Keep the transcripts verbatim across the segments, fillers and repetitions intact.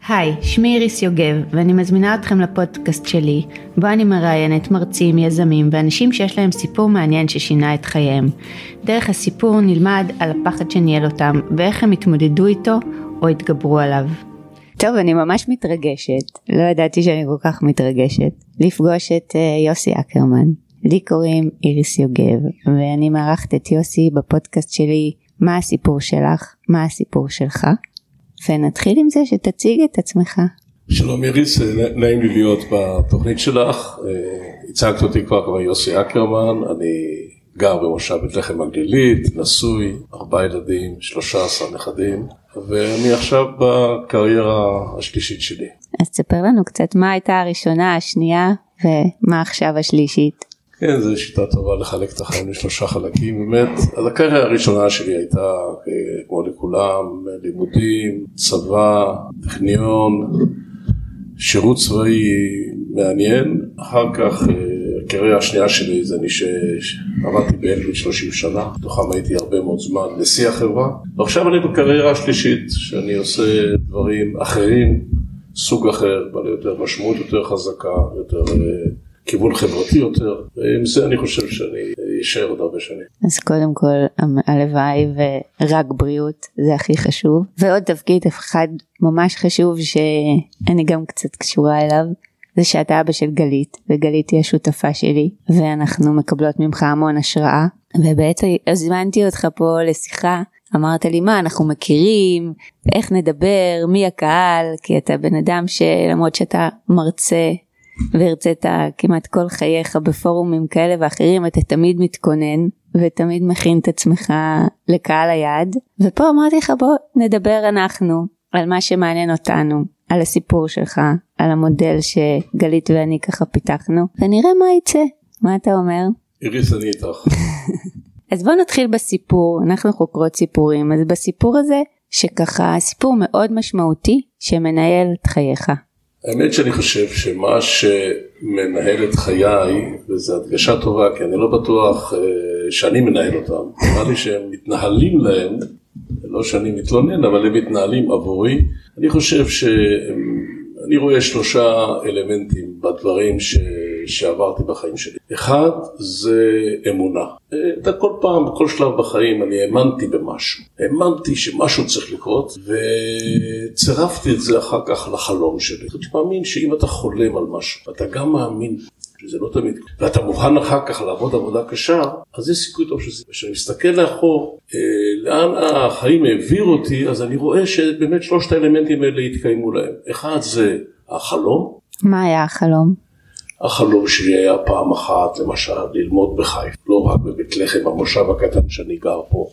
היי, שמי איריס יוגב, ואני מזמינה אתכם לפודקאסט שלי, בו אני מראיינת מרצים, יזמים ואנשים שיש להם סיפור מעניין ששינה את חייהם. דרך הסיפור נלמד על הפחד שניהל אותם, ואיך הם התמודדו איתו או התגברו עליו. טוב, אני ממש מתרגשת, לא ידעתי שאני כל כך מתרגשת, לפגוש את uh, יוסי אקרמן. לי קוראים איריס יוגב, ואני מארחת את יוסי בפודקאסט שלי, מה הסיפור שלך, מה הסיפור שלך. ונתחיל עם זה שתציג את עצמך. שלום איריס, נעים לי להיות בתוכנית שלך. הצגת אותי כבר כבר יוסי אקרמן, אני גר במושב בית לחם הגלילית, נשוי, ארבעה ילדים, שלושה עשר נכדים, ואני עכשיו בקריירה השלישית שלי. אז תספר לנו קצת מה הייתה הראשונה, השנייה, ומה עכשיו השלישית. כן, זו שיטה טובה לחלק את החיים לשלושה חלקים, באמת. אז הקריירה הראשונה שלי הייתה, כמו לכולם, לימודים, צבא, טכניון, שירות צבאי מעניין. אחר כך, הקריירה השנייה שלי זה אני שעבדתי באלביט שלושים שנה, תוכם הייתי הרבה מאוד זמן נשיא החברה. ועכשיו אני בקריירה השלישית, שאני עושה דברים אחרים, סוג אחר, בעלי יותר משמעות, יותר חזקה, יותר כיוון חברתי יותר, ועם זה אני חושב שאני אשאר עוד הרבה שנים. אז קודם כל, הלוואי ורק בריאות, זה הכי חשוב. ועוד תפקיד אחד ממש חשוב שאני גם קצת קשורה אליו, זה שאתה אבא של גלית, וגלית היא השותפה שלי, ואנחנו מקבלות ממך המון השראה, ובעצם הזמנתי אותך פה לשיחה, אמרת לי מה אנחנו מכירים, איך נדבר, מי הקהל, כי אתה בן אדם שלמרות שאתה מרצה, והרצית כמעט כל חייך בפורומים כאלה ואחרים, אתה תמיד מתכונן ותמיד מכין את עצמך לקהל היעד, ופה אמרתי לך בוא נדבר אנחנו על מה שמעניין אותנו, על הסיפור שלך, על המודל שגלית ואני ככה פיתחנו, ונראה מה יצא. מה אתה אומר? איריס, אני איתך. אז בוא נתחיל בסיפור, אנחנו חוקרות סיפורים, אז בסיפור הזה שככה סיפור מאוד משמעותי שמנהל את חייך. האמת שאני חושב שמה שמנהל את חיי, וזו הדגשה טובה, כי אני לא בטוח שאני מנהל אותם, נראה לי שהם מתנהלים להם, לא שאני מתלונן, אבל הם מתנהלים עבורי. אני חושב שאני רואה שלושה אלמנטים בדברים ש... שעברתי בחיים שלי. אחד זה אמונה. אתה כל פעם, בכל שלב בחיים, אני האמנתי במשהו. האמנתי שמשהו צריך לקרות, וצרפתי את זה אחר כך לחלום שלי. אני מאמין שאם אתה חולם על משהו, אתה גם מאמין שזה לא תמיד, ואתה מוכן אחר כך לעבוד עבודה קשה, אז יש סיכוי טוב שזה. כשאני מסתכל לאחור, לאן החיים העביר אותי, אז אני רואה שבאמת שלושת האלמנטים האלה התקיימו להם. אחד זה החלום. מה היה החלום? החלום שלי היה פעם אחת, למשל, ללמוד בחיפה, לא רק בבית לחם, במושב הקטן שאני גר פה.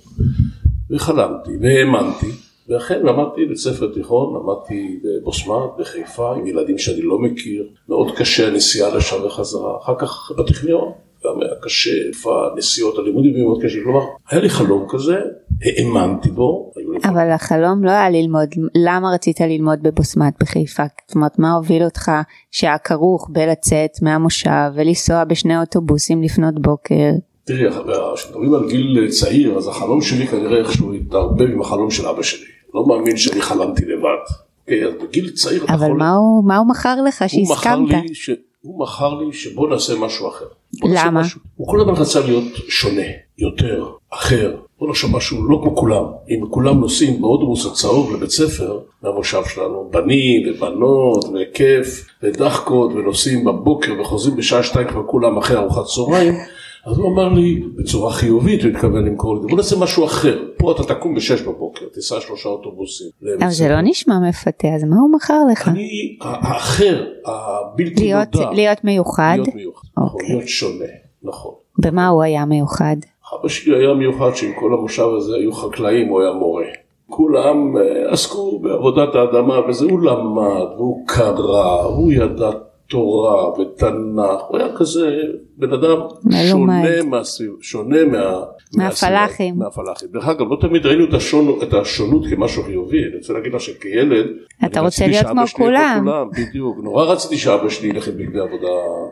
וחלמתי, והאמנתי, ואכן למדתי בית ספר תיכון, למדתי בבוסמת, בחיפה, עם ילדים שאני לא מכיר, מאוד קשה הנסיעה לשם וחזרה, אחר כך בטכניון, גם היה קשה, נסיעות הלימודים מאוד קשה, כלומר, היה לי חלום כזה, האמנתי בו. אבל החלום לא היה ללמוד, למה רצית ללמוד בבוסמת בחיפה? זאת אומרת, מה הוביל אותך שהיה כרוך בלצאת מהמושב ולנסוע בשני אוטובוסים לפנות בוקר? תראי, כשמדברים על גיל צעיר, אז החלום שלי כנראה איכשהו התערבב עם החלום של אבא שלי. לא מאמין שאני חלמתי לבד. אוקיי, אז בגיל צעיר... אבל מה הוא מכר לך שהסכמת? הוא מכר לי שבוא נעשה משהו אחר. למה? הוא כל הזמן רצה להיות שונה, יותר, אחר. בוא נחשוב משהו לא כמו כולם. אם כולם נוסעים באוטובוס הצהוב לבית ספר, מהמושב שלנו, בנים ובנות וכיף ודחקות ונוסעים בבוקר וחוזרים בשעה שתיים כבר כולם אחרי ארוחת צהריים, אז הוא אמר לי בצורה חיובית, הוא התכוון למכור לי, בוא נעשה משהו אחר. פה אתה תקום בשש בבוקר, תיסע שלושה אוטובוסים. אבל זה לא נשמע מפתה, אז מה הוא מכר לך? אני, האחר, הבלתי נודע. להיות מיוחד? להיות מיוחד, נכון, להיות שונה, נכון. במה הוא היה מיוחד? אבא שלי היה מיוחד שעם כל המושב הזה היו חקלאים, הוא היה מורה. כולם עסקו בעבודת האדמה, וזה הוא למד, והוא קרא, הוא ידע תורה ותנ"ך, הוא היה כזה בן אדם שונה מהסביב, שונה מה... מהפלאחים. מהפלאחים. דרך אגב, לא תמיד ראינו את השונות, את השונות כמשהו חיובי. אני רוצה להגיד לך שכילד, אתה רוצה להיות כמו כולם. בדיוק. נורא רציתי שאבא שלי ילך עם בגדי עבודה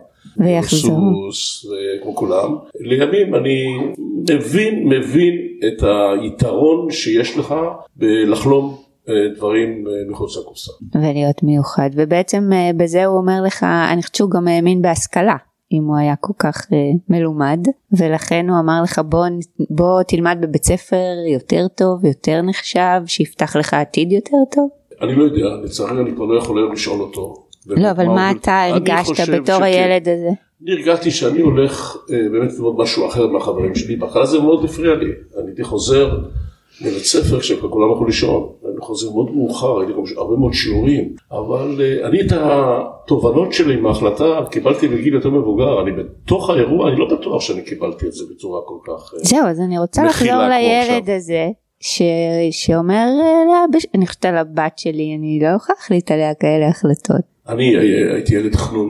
סוס, כמו כולם. לימים אני מבין, מבין את היתרון שיש לך בלחלום דברים מחוץ לקופסה. ולהיות מיוחד, ובעצם בזה הוא אומר לך, אני חושב שהוא גם האמין בהשכלה, אם הוא היה כל כך מלומד, ולכן הוא אמר לך בוא, בוא תלמד בבית ספר יותר טוב, יותר נחשב, שיפתח לך עתיד יותר טוב. אני לא יודע, לצערי אני כבר לא יכול היום לשאול אותו. לא, אבל מה אתה הרגשת בתור הילד הזה? אני הרגשתי שאני הולך באמת ללמוד משהו אחר מהחברים שלי, בהתחלה זה מאוד הפריע לי, אני הייתי חוזר לבית ספר כשכולם הלכו לישון, אני חוזר מאוד מאוחר, הייתי גם הרבה מאוד שיעורים, אבל אני את התובנות שלי מההחלטה קיבלתי בגיל יותר מבוגר, אני בתוך האירוע, אני לא בטוח שאני קיבלתי את זה בצורה כל כך מכילה. זהו, אז אני רוצה לחזור לילד הזה, ש... שאומר, אני חושבת על הבת שלי, אני לא יכולה להחליט עליה כאלה החלטות. אני הייתי ילד חנון,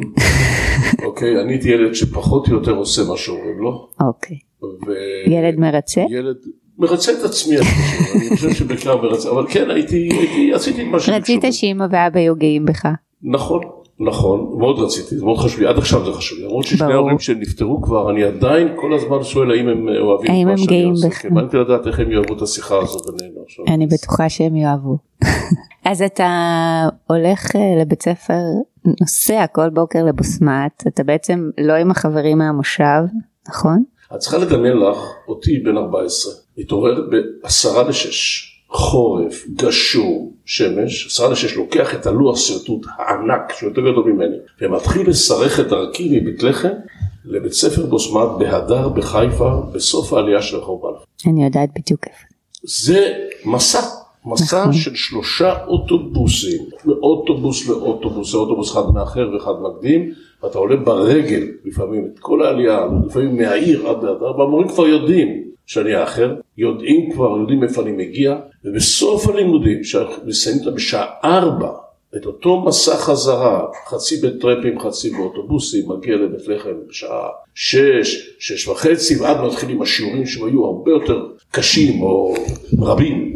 אוקיי, אני הייתי ילד שפחות או יותר עושה מה שאומרים לו. אוקיי. ילד מרצה? ילד מרצה את עצמי, אני חושב שבכלל מרצה, אבל כן, הייתי, עשיתי את מה שבקשור. רצית שאמא ואבא יהיו גאים בך. נכון, נכון, מאוד רציתי, זה מאוד חשוב לי, עד עכשיו זה חשוב לי, למרות ששני ההורים שנפטרו כבר, אני עדיין כל הזמן שואל האם הם אוהבים האם הם גאים בך. אני רוצה לדעת איך הם יאהבו את השיחה הזאת בינינו. אני בטוחה שהם יאהבו. אז אתה הולך לבית ספר, נוסע כל בוקר לבוסמת, אתה בעצם לא עם החברים מהמושב, נכון? את צריכה לדמיין לך, אותי בן ארבע עשרה, התעורר בעשרה לשש, חורף, גשור, שמש, עשרה לשש לוקח את הלוח סרטוט הענק, שהוא יותר גדול ממני, ומתחיל לשרך את דרכי מבית לחם, לבית ספר בוסמת בהדר בחיפה, בסוף העלייה של רחוב בלפור. אני יודעת בדיוק איפה. זה מסע. מסע נכון. של שלושה אוטובוסים, מאוטובוס לאוטובוס, אוטובוס אחד מאחר ואחד מקדים, ואתה עולה ברגל לפעמים את כל העלייה, לפעמים מהעיר עד להדר, והמורים כבר יודעים שאני האחר, יודעים כבר, יודעים איפה אני מגיע, ובסוף הלימודים, שמסיימים אותם בשעה ארבע, את אותו מסע חזרה, חצי בטרפים, חצי באוטובוסים, מגיע לבית לחם בשעה שש, שש וחצי, ועד מתחילים השיעורים שהם היו הרבה יותר קשים או רבים,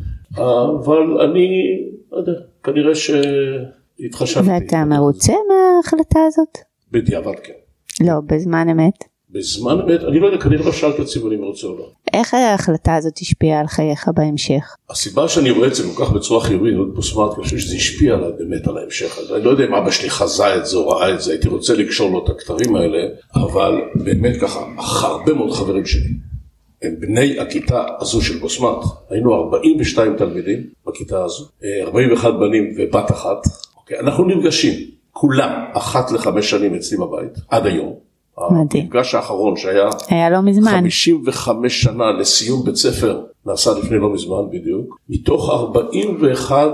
אבל אני, לא יודע, כנראה שהתחשבתי. ואתה מרוצה מההחלטה הזאת? בדיעבד כן. לא, בזמן אמת? בזמן אמת, אני לא יודע, כנראה לא שאלת את ציבורים רוצה או לא. איך ההחלטה הזאת השפיעה על חייך בהמשך? הסיבה שאני רואה את זה כל כך בצורה חיובית, מאוד בוסמת, אני חושב שזה השפיע עליי באמת על ההמשך. אני לא יודע אם אבא שלי חזה את זה או ראה את זה, הייתי רוצה לקשור לו את הכתרים האלה, אבל באמת ככה, הרבה מאוד חברים שלי, הם בני הכיתה הזו של בוסמת, היינו ארבעים ושתיים תלמידים בכיתה הזו, ארבעים ואחד בנים ובת אחת, אוקיי? אנחנו נפגשים, כולם, אחת לחמש שנים אצלי בבית, עד היום, המפגש האחרון שהיה היה לא מזמן. חמישים וחמש שנה לסיום בית ספר, נעשה לפני לא מזמן בדיוק, מתוך ארבעים ואחד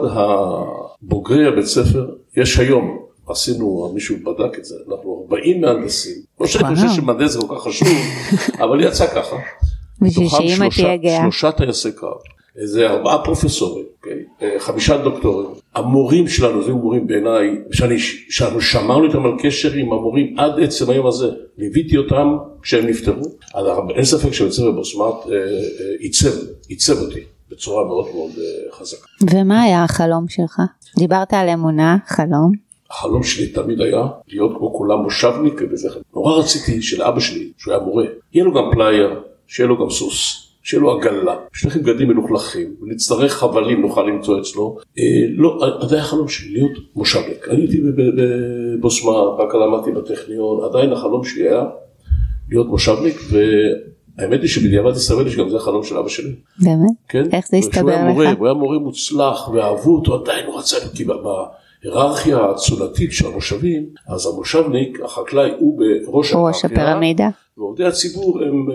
הבוגרי הבית ספר, יש היום, עשינו, מישהו בדק את זה, אנחנו ארבעים מהנדסים, לא שאני חושב שמהנדס זה כל כך חשוב, אבל יצא ככה, מתוכם שלושה, שלושה טייסי קרב, איזה ארבעה פרופסורים, okay? חמישה דוקטורים, המורים שלנו, זה מורים בעיניי, שאני, שאנחנו שמרנו איתם על קשר עם המורים עד עצם היום הזה, ליוויתי אותם כשהם נפטרו, אז אין ספק שבצבא בוסמת עיצב, עיצב אותי בצורה מאוד מאוד חזקה. ומה היה החלום שלך? דיברת על אמונה, חלום? החלום שלי תמיד היה להיות כמו כולם מושבניק, וזה נורא רציתי שלאבא שלי, שהוא היה מורה, יהיה לו גם פלייר, שיהיה לו גם סוס, שיהיה לו עגלה, שני בגדים מלוכלכים, ונצטרך חבלים נוכל למצוא אצלו. אה, לא, עדיין החלום שלי להיות מושבניק. אני הייתי בבוסמה, רק למדתי בטכניון, עדיין החלום שלי היה להיות מושבניק, והאמת היא שבדיעבד ישראלי שגם זה החלום של אבא שלי. באמת? כן? איך זה הסתבר לך? מורה, הוא היה מורה מוצלח, ואהבו אותו, עדיין הוא רצה, כי בהיררכיה הצונתית של המושבים, אז המושבניק, החקלאי, הוא בראש ראש הפירמידה. ועובדי הציבור הם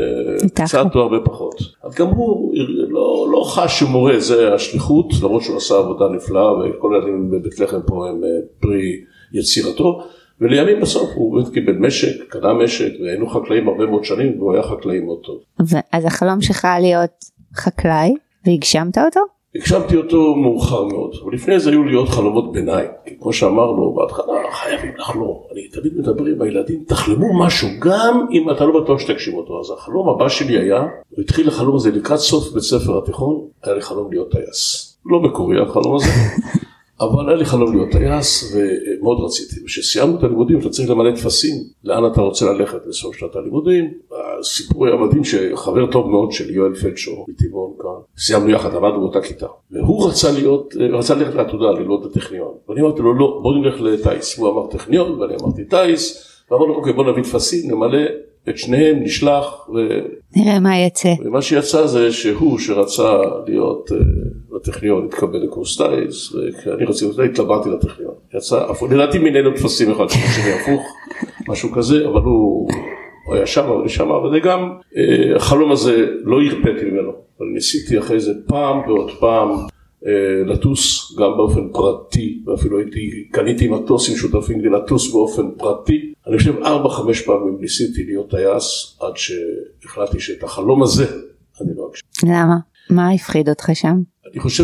קצת או הרבה פחות. אז גם הוא לא, לא חש שמורה, זה השליחות, למרות שהוא עשה עבודה נפלאה, וכל הילדים בבית לחם פה הם פרי יצירתו, ולימים בסוף הוא קיבל משק, קנה משק, והיינו חקלאים הרבה מאוד שנים, והוא היה חקלאי מאוד טוב. אז החלום שלך להיות חקלאי, והגשמת אותו? הגשמתי אותו מאוחר מאוד, אבל לפני זה היו לי עוד חלומות ביניים, כי כמו שאמרנו, בהתחלה חייבים לחלום, אני תמיד מדבר עם הילדים, תחלמו משהו, גם אם אתה לא בטוח שתגשים אותו, אז החלום הבא שלי היה, הוא התחיל לחלום הזה לקראת סוף בית ספר התיכון, היה לי חלום להיות טייס, לא מקורי החלום הזה, אבל היה לי חלום להיות טייס, ומאוד רציתי, וכשסיימנו את הלימודים, אתה צריך למלא תפסים, לאן אתה רוצה ללכת לסוף שנת הלימודים, הסיפור היה מדהים שחבר טוב מאוד של יואל פלדשור, מטבעון כאן, סיימנו יחד, עמדנו באותה כיתה. והוא רצה להיות, רצה ללכת לעתודה, ללמוד בטכניון. ואני אמרתי לו, לא, בוא נלך לטייס. הוא אמר טכניון, ואני אמרתי טייס, ואמרנו, אוקיי, בוא נביא תפסים, נמלא את שניהם, נשלח. ו... נראה מה יצא. ומה שיצא זה שהוא שרצה להיות uh, לטכניון, התקבל לקורס טייס, וכשאני רציתי, התלבטתי לטכניון. יצא, לדעתי מינינו תפסים אחד, שני הפוך, משהו כזה, אבל הוא... הוא היה שם, אבל שם, אבל גם אה, החלום הזה לא הרפאתי ממנו, אבל ניסיתי אחרי זה פעם ועוד פעם אה, לטוס גם באופן פרטי, ואפילו הייתי, קניתי מטוסים שותפים לי לטוס באופן פרטי, אני חושב ארבע חמש פעמים ניסיתי להיות טייס, עד שהחלטתי שאת החלום הזה אני לא אגשים. למה? מה הפחיד אותך שם? אני חושב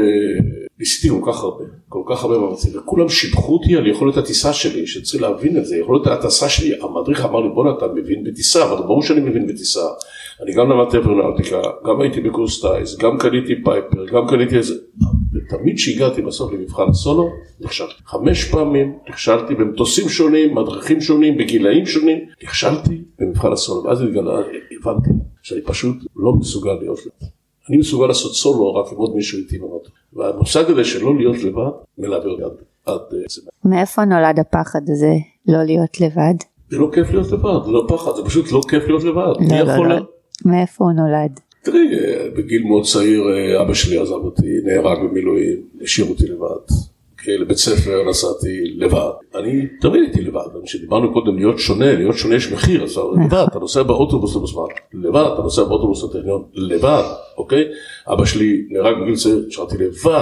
שניסיתי כל כך הרבה, כל כך הרבה מאמצים, וכולם שיבחו אותי על יכולת הטיסה שלי, שצריך להבין את זה, יכולת הטיסה שלי, המדריך אמר לי, בוא אתה מבין בטיסה, אבל ברור שאני מבין בטיסה, אני גם למדתי אווירונאוטיקה, גם הייתי בקורס טייס, גם קניתי פייפר, גם קניתי איזה, ותמיד שהגעתי בסוף למבחן הסולו, נכשלתי. חמש פעמים נכשלתי במטוסים שונים, מדריכים שונים, בגילאים שונים, נכשלתי במבחן הסולו, ואז התגלה, הבנתי שאני פשוט לא מסוגל להיות לבד. אני מסוגל לעשות סולו רק עם עוד מישהו איתי במטוס. והמושג הזה של לא להיות לבד, מלווה אותי עד זה. מאיפה נולד הפחד הזה לא להיות לבד? זה לא כיף להיות לבד, זה לא פחד, זה פשוט לא כיף להיות לבד. לא, לא, לא. מאיפה הוא נולד? תראי, בגיל מאוד צעיר אבא שלי עזב אותי, נהרג במילואים, השאיר אותי לבד. לבית ספר נסעתי לבד. אני תמיד הייתי לבד. כשדיברנו קודם להיות שונה, להיות שונה יש מחיר, אז לבד, אתה נוסע באוטובוס בזמן, לבד, אתה נוסע באוטובוס לטכניון, לבד, אוקיי? אבא שלי נהרג בגיל צעיר, שרתי לבד.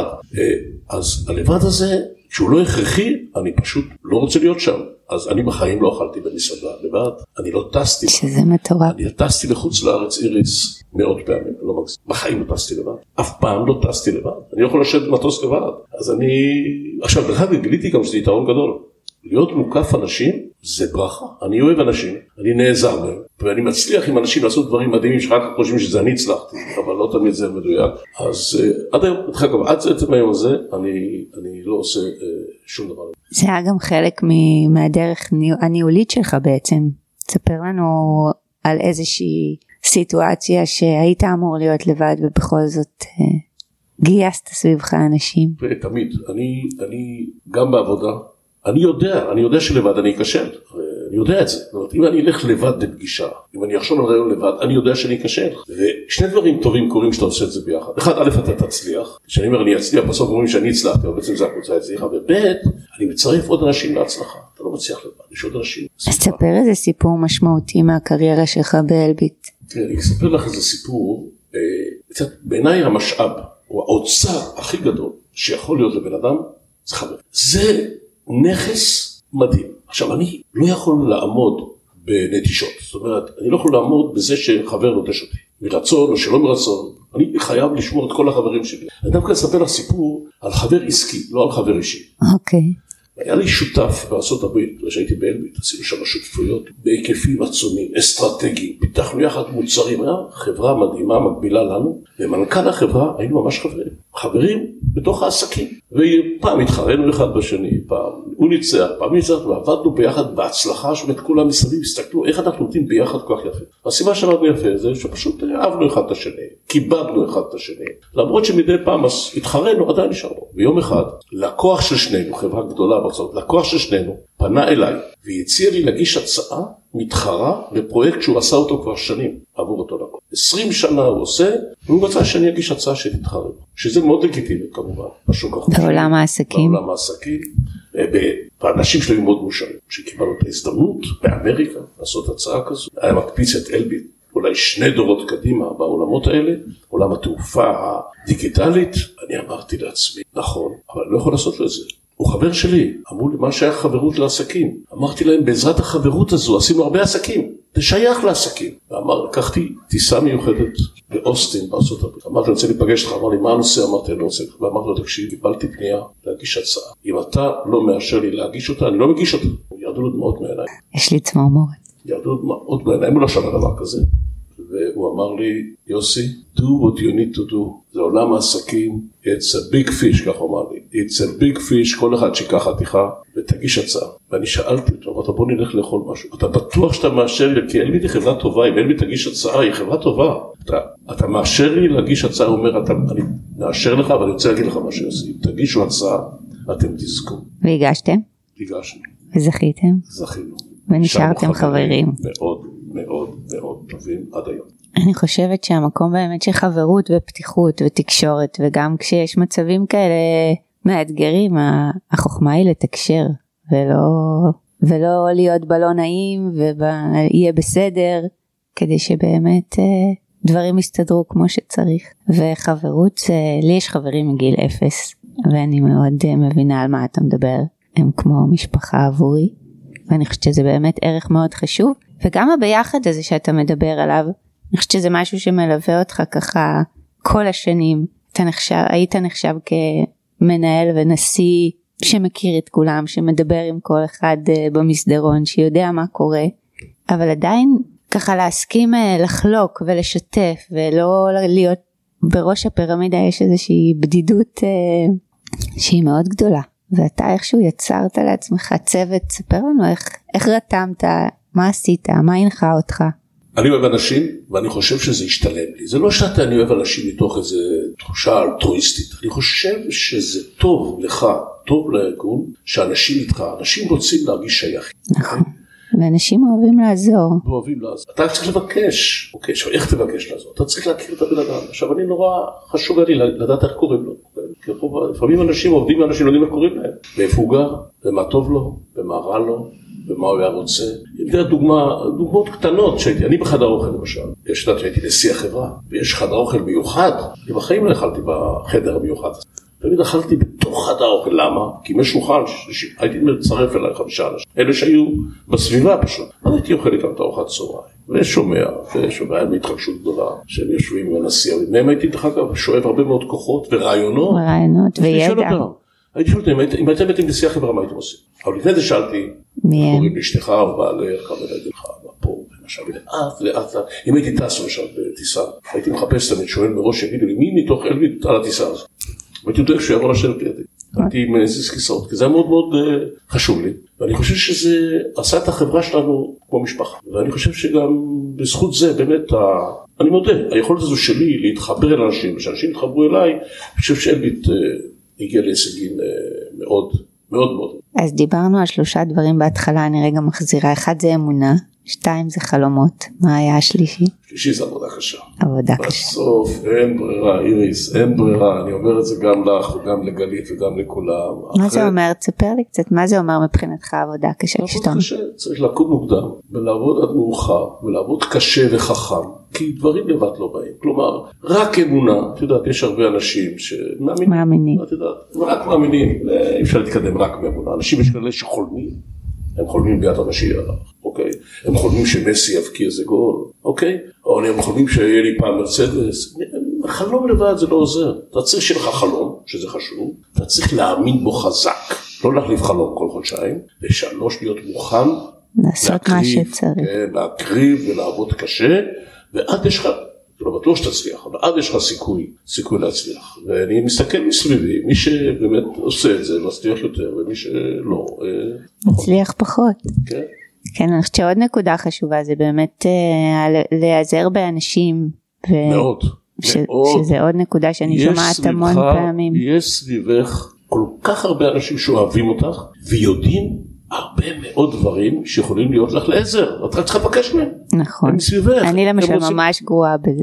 אז הלבד הזה, כשהוא לא הכרחי, אני פשוט לא רוצה להיות שם. אז אני בחיים לא אכלתי במסעדה לבד, אני לא טסתי. שזה מטורף. אני טסתי לחוץ לארץ איריס מאות פעמים, לא מגזים. בחיים לא טסתי לבד. אף פעם לא טסתי לבד. אני לא יכול לשבת במטוס לבד. אז אני... עכשיו, בכלל גיליתי גם שזה יתרון גדול. להיות מוקף אנשים זה ברכה. אני אוהב אנשים, אני נעזר בהם, ואני מצליח עם אנשים לעשות דברים מדהימים שרק חושבים שזה אני הצלחתי, אבל לא תמיד זה מדויק. אז עד היום, אגב, עד עצם היום הזה, אני, אני לא עושה שום דבר. זה היה גם חלק מהדרך הניהולית שלך בעצם. תספר לנו על איזושהי סיטואציה שהיית אמור להיות לבד, ובכל זאת גייסת סביבך אנשים. תמיד, אני, אני גם בעבודה, אני יודע, אני יודע שלבד אני אקשר, אני יודע את זה. זאת אומרת, אם אני אלך לבד בפגישה, אם אני אחשוב על רעיון לבד, אני יודע שאני אקשר. ושני דברים טובים קורים כשאתה עושה את זה ביחד. אחד, א', אתה תצליח. כשאני אומר אני אצליח, בסוף אומרים שאני הצלחתי, אבל בעצם זה הקבוצה הצליחה. וב', אני מצרף עוד אנשים להצלחה. אתה לא מצליח לבד, יש עוד אנשים. אז תספר איזה סיפור משמעותי מהקריירה שלך באלביט. אני אספר לך איזה סיפור, קצת בעיניי המשאב, או האוצר הכי גדול שיכול להיות לבן אדם, זה חבר. זה נכס מדהים. עכשיו, אני לא יכול לעמוד בנטישות. זאת אומרת, אני לא יכול לעמוד בזה שחבר נוטש אותי. מרצון או שלא מרצון. אני חייב לשמור את כל החברים שלי. אני דווקא אספר לך סיפור על חבר עסקי, לא על חבר אישי. אוקיי. היה לי שותף בארצות הברית, כשהייתי באלביט, עשינו שם שותפויות בהיקפים עצומים, אסטרטגיים, פיתחנו יחד מוצרים, היה חברה מדהימה, מקבילה לנו, ומנכ"ל החברה היינו ממש חברים, חברים בתוך העסקים, ופעם התחרנו אחד בשני, פעם הוא ניצח, פעם ניצח, ועבדנו ביחד בהצלחה, שמת כולם מסביב, הסתכלו איך אנחנו נותנים ביחד כל כך יפה. הסיבה שעבדנו יפה זה שפשוט אהבנו אחד את השני, כיבדנו אחד את השני, למרות שמדי פעם התחרנו, עדיין נשארנו. ביום אחד, לקוח של שנינו, חברה גדולה בארצות, לקוח של שנינו, פנה אליי, והציע לי להגיש הצעה מתחרה לפרויקט שהוא עשה אותו כבר שנים עבור אותו לקוח. עשרים שנה הוא עושה, והוא רצה שאני אגיש הצעה שתתחרה. שזה מאוד לגיטימי כמובן, בשוק החופשי. בעולם העסקים. בעולם העסקים. והאנשים שלהם מאוד מאושרים, שקיבלנו את ההזדמנות באמריקה לעשות הצעה כזו. היה מקפיץ את אלביט, אולי שני דורות קדימה בעולמות האלה, עולם התעופה הדיגיטלית. אני אמרתי לעצמי, נכון, אבל אני לא יכול לעשות לו את זה. הוא חבר שלי, אמרו לי מה שייך חברות לעסקים. אמרתי להם, בעזרת החברות הזו עשינו הרבה עסקים, זה שייך לעסקים. ואמר, לקחתי טיסה מיוחדת באוסטין, בארצות הברית. אמרתי, אני רוצה להיפגש לך, אמר לי, מה הנושא? אמרתי, אני לא רוצה. ואמרתי לו, תקשיב, קיבלתי פנייה להגיש הצעה. אם אתה לא מאשר לי להגיש אותה, אני לא מגיש אותה. ירדו לו דמעות מעיניים. יש לי צמרמורת. ירדו לו דמעות מעיניים, הוא לא שמע דבר כזה. והוא אמר לי, יוסי, do what you need to do. זה עולם העסקים, it's a big fish, כך הוא אמר לי. It's a big fish, כל אחד שיקח חתיכה ותגיש הצעה. ואני שאלתי אותו, אמרת, בוא נלך לאכול משהו. אתה בטוח שאתה מאשר לי, כי אלביט היא חברה טובה, אם אלביט תגיש הצעה, היא חברה טובה. אתה, אתה מאשר לי להגיש הצעה, הוא אומר, אתה, אני מאשר לך, אבל אני רוצה להגיד לך מה שעושים. תגישו הצעה, אתם תזכו. והגשתם? הגשנו. וזכיתם? זכינו. ונשארתם חברים. מאוד מאוד מאוד טובים עד היום. אני חושבת שהמקום באמת של חברות ופתיחות ותקשורת, וגם כשיש מצבים כאלה מאתגרים, החוכמה היא לתקשר, ולא, ולא להיות בלון נעים, ויהיה בסדר, כדי שבאמת דברים יסתדרו כמו שצריך. וחברות, לי יש חברים מגיל אפס, ואני מאוד מבינה על מה אתה מדבר, הם כמו משפחה עבורי, ואני חושבת שזה באמת ערך מאוד חשוב, וגם הביחד הזה שאתה מדבר עליו, אני חושבת שזה משהו שמלווה אותך ככה כל השנים. אתה נחשב, היית נחשב כמנהל ונשיא שמכיר את כולם, שמדבר עם כל אחד במסדרון, שיודע מה קורה, אבל עדיין ככה להסכים לחלוק ולשתף, ולא להיות בראש הפירמידה. יש איזושהי בדידות שהיא מאוד גדולה, ואתה איכשהו יצרת לעצמך צוות. ספר לנו איך, איך רתמת, מה עשית, מה הנחה אותך? אני אוהב אנשים, ואני חושב שזה ישתלם לי. זה לא שאתה אני אוהב אנשים מתוך איזו תחושה אלטרואיסטית. אני חושב שזה טוב לך, טוב לארגון, שאנשים איתך, אנשים רוצים להרגיש שייך. נכון. ואנשים אוהבים לעזור. אוהבים לעזור. אתה צריך לבקש. אוקיי, עכשיו איך תבקש לעזור? אתה צריך להכיר את הבן אדם. עכשיו אני נורא חשוב לי לדעת איך קוראים לו. לפעמים אנשים עובדים, אנשים לא יודעים איך קוראים להם. מאיפה הוא גר, ומה טוב לו, ומה רע לו. ומה הוא היה רוצה. זה דוגמה, דוגמאות קטנות שהייתי, אני בחדר אוכל למשל, יש לדעת שהייתי נשיא החברה, ויש חדר אוכל מיוחד, אני בחיים לא אכלתי בחדר המיוחד, תמיד אכלתי בתוך חדר אוכל, למה? כי אם יש שולחן, הייתי מצרף אליי חמישה אנשים, אלה שהיו בסביבה פשוט, אז הייתי אוכל איתם את ארוחת צהריים, ושומע, ושומע מהתרגשות גדולה, שהם יושבים עם הנשיא, מהם הייתי דרך אגב, שואב הרבה מאוד כוחות ורעיונות, ורעיונות וידע. הייתי שואל אותם, אם הייתם הייתם נשיא החברה, מה הייתם עושים? אבל לפני זה שאלתי, קוראים לאשתך ובעלך, כמה ילדיך, מה פה, למשל, לאט, לאט, לאט. אם הייתי טס למשל בטיסה, הייתי מחפש תמיד, שואל מראש, יגידו לי, מי מתוך אלביט על הטיסה הזאת? והייתי יודע שהוא יבוא לשבת לידי. הייתי עם איזה כיסאות, כי זה היה מאוד מאוד חשוב לי. ואני חושב שזה עשה את החברה שלנו כמו משפחה. ואני חושב שגם בזכות זה, באמת, אני מודה, היכולת הזו שלי להתחבר אל אנשים, ושאנשים יתחברו אליי, אני חושב שאלביט הגיע להישגים מאוד, מאוד מאוד. אז דיברנו על שלושה דברים בהתחלה, אני רגע מחזירה. אחד זה אמונה, שתיים זה חלומות. מה היה השלישי? שלישי זה עבודה קשה. עבודה קשה. בסוף אין ברירה, איריס, אין ברירה. אני אומר את זה גם לך וגם לגלית וגם לכולם. מה זה אומר? תספר לי קצת, מה זה אומר מבחינתך עבודה קשה? עבודה קשה, צריך לקום מוקדם ולעבוד עד מאוחר ולעבוד קשה וחכם. כי דברים לבד לא באים. כלומר, רק אמונה, את יודעת, יש הרבה אנשים שמאמינים. מאמינים. את יודעת, רק מאמינים. אי אפשר להתקדם רק מאמונה. אנשים יש כאלה שחולמים. הם חולמים ביאת המשיח, אוקיי? הם חולמים שמסי יבקיע איזה גול, אוקיי? או הם חולמים שיהיה לי פעם מרצדס. חלום לבד זה לא עוזר. אתה צריך שיהיה לך חלום, שזה חשוב. אתה צריך להאמין בו חזק. לא להחליף חלום כל חודשיים. ושלוש להיות מוכן. לעשות מה שצריך. כן, להקריב ולעבוד קשה. ועד יש לך, לא בטוח שתצליח, אבל עד יש לך סיכוי, סיכוי להצליח. ואני מסתכל מסביבי, מי שבאמת עושה את זה, מצליח יותר, ומי שלא. מצליח פחות. כן. כן, אני חושבת שעוד נקודה חשובה, זה באמת להיעזר באנשים. מאוד. מאוד. שזה עוד נקודה שאני שומעת המון פעמים. יש סביבך כל כך הרבה אנשים שאוהבים אותך, ויודעים, הרבה מאוד דברים שיכולים להיות לך לעזר. אתה צריך לבקש מהם. נכון. הם מסביבך. אני למשל ממש גרועה בזה.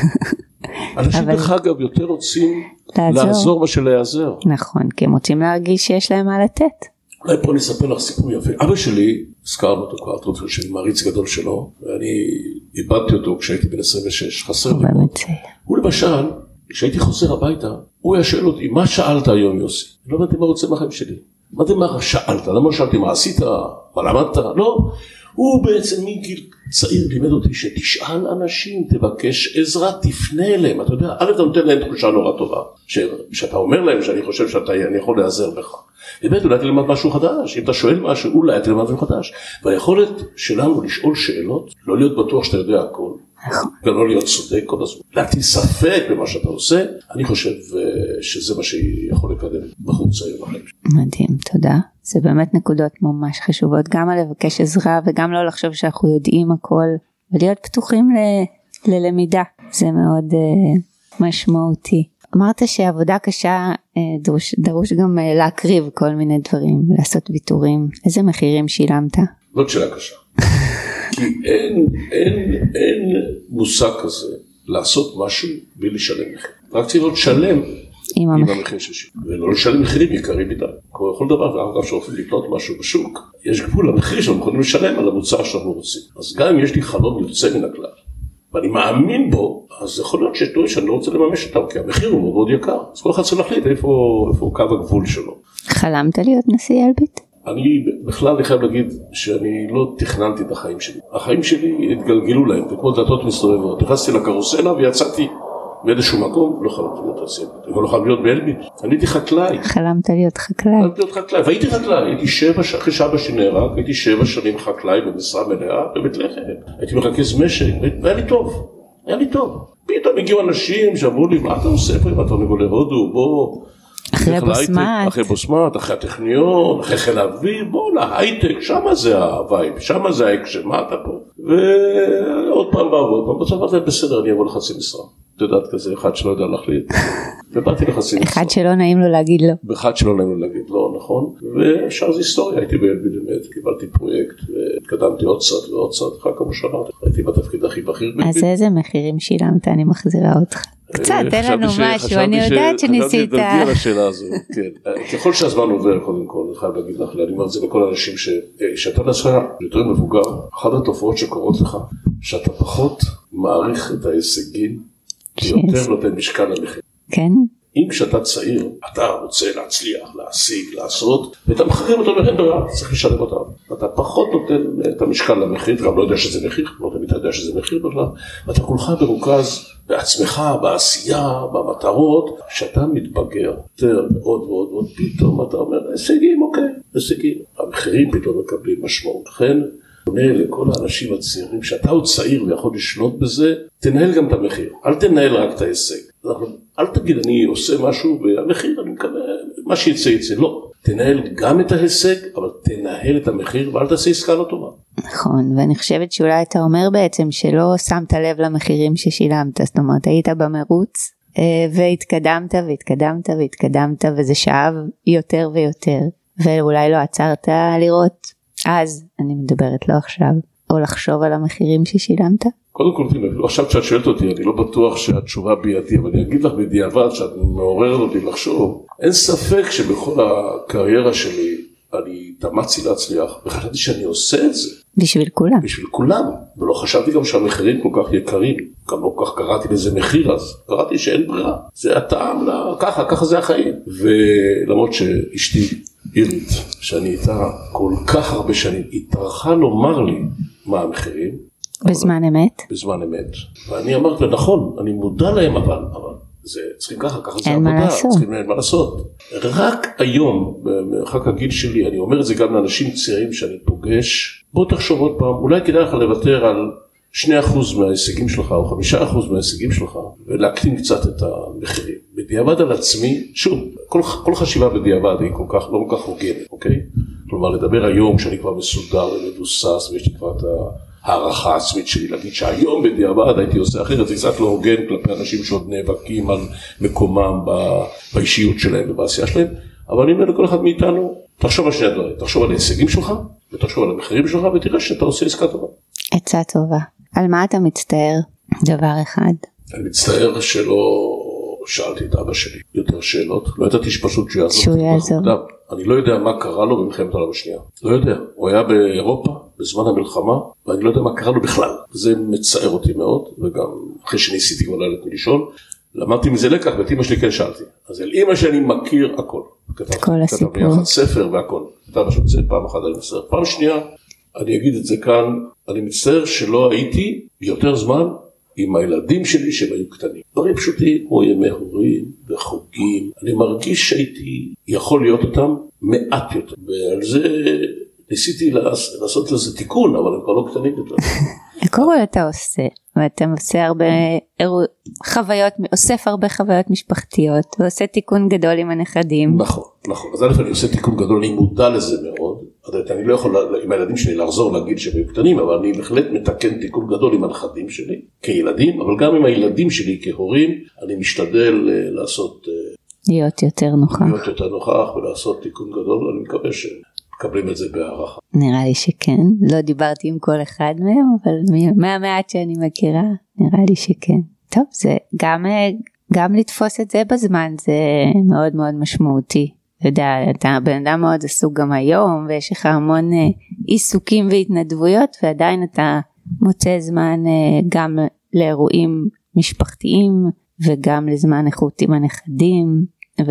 אנשים דרך אגב יותר רוצים לעזור מה שלעזר. נכון, כי הם רוצים להרגיש שיש להם מה לתת. אולי פה אני אספר לך סיפור יפה. אבא שלי, הזכרנו אותו כבר, אתה רוצה שאני מעריץ גדול שלו, ואני איבדתי אותו כשהייתי בן עשרים ושש, חסר לי מאוד. הוא למשל, כשהייתי חוזר הביתה, הוא היה שואל אותי, מה שאלת היום יוסי? אני לא יודעת מה רוצה מהחיים שלי. מה זה מה שאלת? למה שאלתי מה עשית? מה למדת? לא. הוא בעצם מגיל צעיר לימד אותי שתשאל אנשים, תבקש עזרה, תפנה אליהם. אתה יודע, א' אתה נותן להם תחושה נורא טובה, שאתה אומר להם שאני חושב שאני יכול להיעזר בך. באמת אולי תלמד משהו חדש, אם אתה שואל משהו אולי תלמד משהו חדש. והיכולת שלנו לשאול שאלות, לא להיות בטוח שאתה יודע הכל, גם לא להיות צודק כל הזמן, להטיל ספק במה שאתה עושה, אני חושב שזה מה שיכול לקדם בחור צעיר בחיים. מדהים, תודה. זה באמת נקודות ממש חשובות, גם על לבקש עזרה וגם לא לחשוב שאנחנו יודעים הכל, ולהיות פתוחים ל... ללמידה. זה מאוד uh, משמעותי. אמרת שעבודה קשה uh, דרוש, דרוש גם uh, להקריב כל מיני דברים, לעשות ויתורים. איזה מחירים שילמת? לא שאלה קשה. כי אין, אין, אין מושג כזה לעשות משהו בלי לשלם מחיר. רק צריך להיות שלם עם המחיר ששילם, ולא לשלם מחירים יקרים מדי. כמו כל דבר, ואנחנו גם שרוצים לקנות משהו בשוק, יש גבול למחיר שאנחנו יכולים לשלם על המוצר שאנחנו רוצים. אז גם אם יש לי חלום יוצא מן הכלל, ואני מאמין בו, אז יכול להיות שיש דברים שאני לא רוצה לממש אותם, כי המחיר הוא מאוד יקר. אז כל אחד צריך להחליט איפה, איפה קו הגבול שלו. חלמת להיות נשיא אלביט? אני בכלל אני חייב להגיד שאני לא תכננתי את החיים שלי. החיים שלי התגלגלו להם, וכמו דלתות מסתובבות. נכנסתי לקרוסלה ויצאתי באיזשהו מקום, לא חלמתי להיות נשיא אלביט. אבל לא חלמתי להיות באלביט. אני הייתי חקלאי. חלמת להיות חקלאי. חלמתי להיות חקלאי, והייתי חקלאי. הייתי שבע, אחרי שאבא שלי נהרג, הייתי שבע שנים חקלאי במשרה מלאה בבית לחם. הייתי מרכז משק, והיה לי טוב. היה לי טוב. פתאום הגיעו אנשים שאמרו לי, מה אתה עושה פה? אתה נגול להודו, בוא. אחרי בוסמט. אחרי בוסמט, אחרי הטכניון, אחרי חיל האוויר, בוא להייטק, שמה זה הווייב, שמה זה האקשן, מה אתה פה? ועוד פעם באו, עוד פעם, בסוף זה בסדר, אני אבוא לחצי משרה. את יודעת כזה, אחד שלא יודע להחליט. ובאתי לחצי משרה. אחד שלא נעים לו להגיד לא. ואחד שלא נעים לו להגיד לא, נכון? ושאר זה היסטוריה, הייתי באלביט באמת, קיבלתי פרויקט, והתקדמתי עוד צד ועוד צד, אחר כמו שאמרתי, הייתי בתפקיד הכי בכיר. אז איזה מחירים שילמת? אני מחזירה אותך. קצת, תן לנו משהו, אני יודעת שניסית. חשבתי שתרגיע לשאלה הזו, כן. ככל שהזמן עובר, קודם כל, אני חייב להגיד לך, אני אומר את זה לכל האנשים שאתה לעצמך יותר מבוגר, אחת התופעות שקורות לך, שאתה פחות מעריך את ההישגים, יותר נותן משקל למחיר. כן. אם כשאתה צעיר, אתה רוצה להצליח, להשיג, לעשות, ואת המחירים אתה אומר, אין ברירה, צריך לשלם אותם. אתה פחות נותן את המשקל למחיר, גם לא יודע שזה מחיר, לא תמיד יודע שזה מחיר בכלל, ואתה כולך מרוכז בעצמך, בעשייה, במטרות, שאתה מתבגר יותר מאוד מאוד מאוד, פתאום אתה אומר, הישגים, אוקיי, הישגים. המחירים פתאום מקבלים משמעות. לכן, פונה לכל האנשים הצעירים, שאתה עוד צעיר ויכול לשלוט בזה, תנהל גם את המחיר, אל תנהל רק את ההישג. אל תגיד, אני עושה משהו והמחיר, אני מקווה, מה שיצא יצא, לא. תנהל גם את ההישג, אבל תנהל את המחיר, ואל תעשה עסקה לא טובה. נכון, ואני חושבת שאולי אתה אומר בעצם שלא שמת לב למחירים ששילמת, זאת אומרת, היית במרוץ, והתקדמת והתקדמת והתקדמת, וזה שאב יותר ויותר, ואולי לא עצרת לראות, אז אני מדברת לא עכשיו, או לחשוב על המחירים ששילמת? קודם כל, עכשיו כשאת שואלת אותי, אני לא בטוח שהתשובה בידי, אבל אני אגיד לך בדיעבד שאת מעוררת אותי לחשוב. אין ספק שבכל הקריירה שלי, אני תמצאתי להצליח, וחשבתי שאני עושה את זה. בשביל כולם. בשביל כולם, ולא חשבתי גם שהמחירים כל כך יקרים, גם לא כל כך קראתי לזה מחיר אז, קראתי שאין ברירה, זה הטעם, לה, ככה, ככה זה החיים. ולמרות שאשתי אירית, שאני איתה כל כך הרבה שנים, היא טרחה לומר לי מה המחירים, בזמן אמת? בזמן אמת. ואני אמרתי לה, נכון, אני מודע להם, אבל, אבל זה צריכים ככה, ככה זה עבודה, צריכים אין מה לעשות. רק היום, במרחק הגיל שלי, אני אומר את זה גם לאנשים צעירים שאני פוגש, בוא תחשוב עוד פעם, אולי כדאי לך לוותר על שני אחוז מההישגים שלך, או חמישה אחוז מההישגים שלך, ולהקטין קצת את המחירים. בדיעבד על עצמי, שוב, כל, כל חשיבה בדיעבד היא כל כך, לא כל כך הוגנת, אוקיי? כלומר, לדבר היום, כשאני כבר מסודר ומבוסס, ויש לי כבר את הערכה העצמית שלי, להגיד שהיום בדיעבד הייתי עושה אחרת, זה קצת לא הוגן כלפי אנשים שעוד נאבקים על מקומם באישיות שלהם ובעשייה שלהם, אבל אני אומר לכל אחד מאיתנו, תחשוב על שני הדברים, תחשוב על ההישגים שלך, ותחשוב על המחירים שלך, ותראה שאתה עושה עסקה טובה. עצה טובה. על מה אתה מצטער? דבר אחד. אני מצטער שלא שאלתי את אבא שלי יותר שאלות, לא ידעתי שפשוט שהוא יעזור. שהוא יעזור. אני לא יודע מה קרה לו במלחמת העולם השנייה. לא יודע. הוא היה באירופה בזמן המלחמה, ואני לא יודע מה קרה לו בכלל. זה מצער אותי מאוד, וגם אחרי שניסיתי כבר ללכת מלישון, למדתי מזה לקח, ואת אמא שלי כן שאלתי. אז אל אמא שאני מכיר הכל. כל הסיפור. כתב ביחד ספר והכל. כתב משהו את זה, פעם אחת אני מצטער. פעם שנייה, אני אגיד את זה כאן, אני מצטער שלא הייתי יותר זמן עם הילדים שלי שהם היו קטנים. דברים פשוטים, כמו ימי הורים וחוגים. אני מרגיש שהייתי יכול להיות אותם מעט יותר. ועל זה ניסיתי לעשות לזה תיקון, אבל הם כבר לא קטנים יותר. הכל אתה עושה, ואתה עושה הרבה חוויות, אוסף הרבה חוויות משפחתיות, ועושה תיקון גדול עם הנכדים. נכון, נכון. אז א' אני עושה תיקון גדול, אני מודע לזה מאוד. אני לא יכול עם הילדים שלי לחזור לגיל שהם קטנים, אבל אני בהחלט מתקן תיקון גדול עם הנכדים שלי כילדים, אבל גם עם הילדים שלי כהורים, אני משתדל לעשות... להיות יותר נוכח. להיות יותר נוכח ולעשות תיקון גדול, אני מקווה שמקבלים את זה בהערכה. נראה לי שכן, לא דיברתי עם כל אחד מהם, אבל מהמעט שאני מכירה, נראה לי שכן. טוב, זה גם, גם לתפוס את זה בזמן, זה מאוד מאוד משמעותי. אתה יודע, אתה בן אדם מאוד עסוק גם היום, ויש לך המון עיסוקים והתנדבויות, ועדיין אתה מוצא זמן גם לאירועים משפחתיים, וגם לזמן איכות עם הנכדים,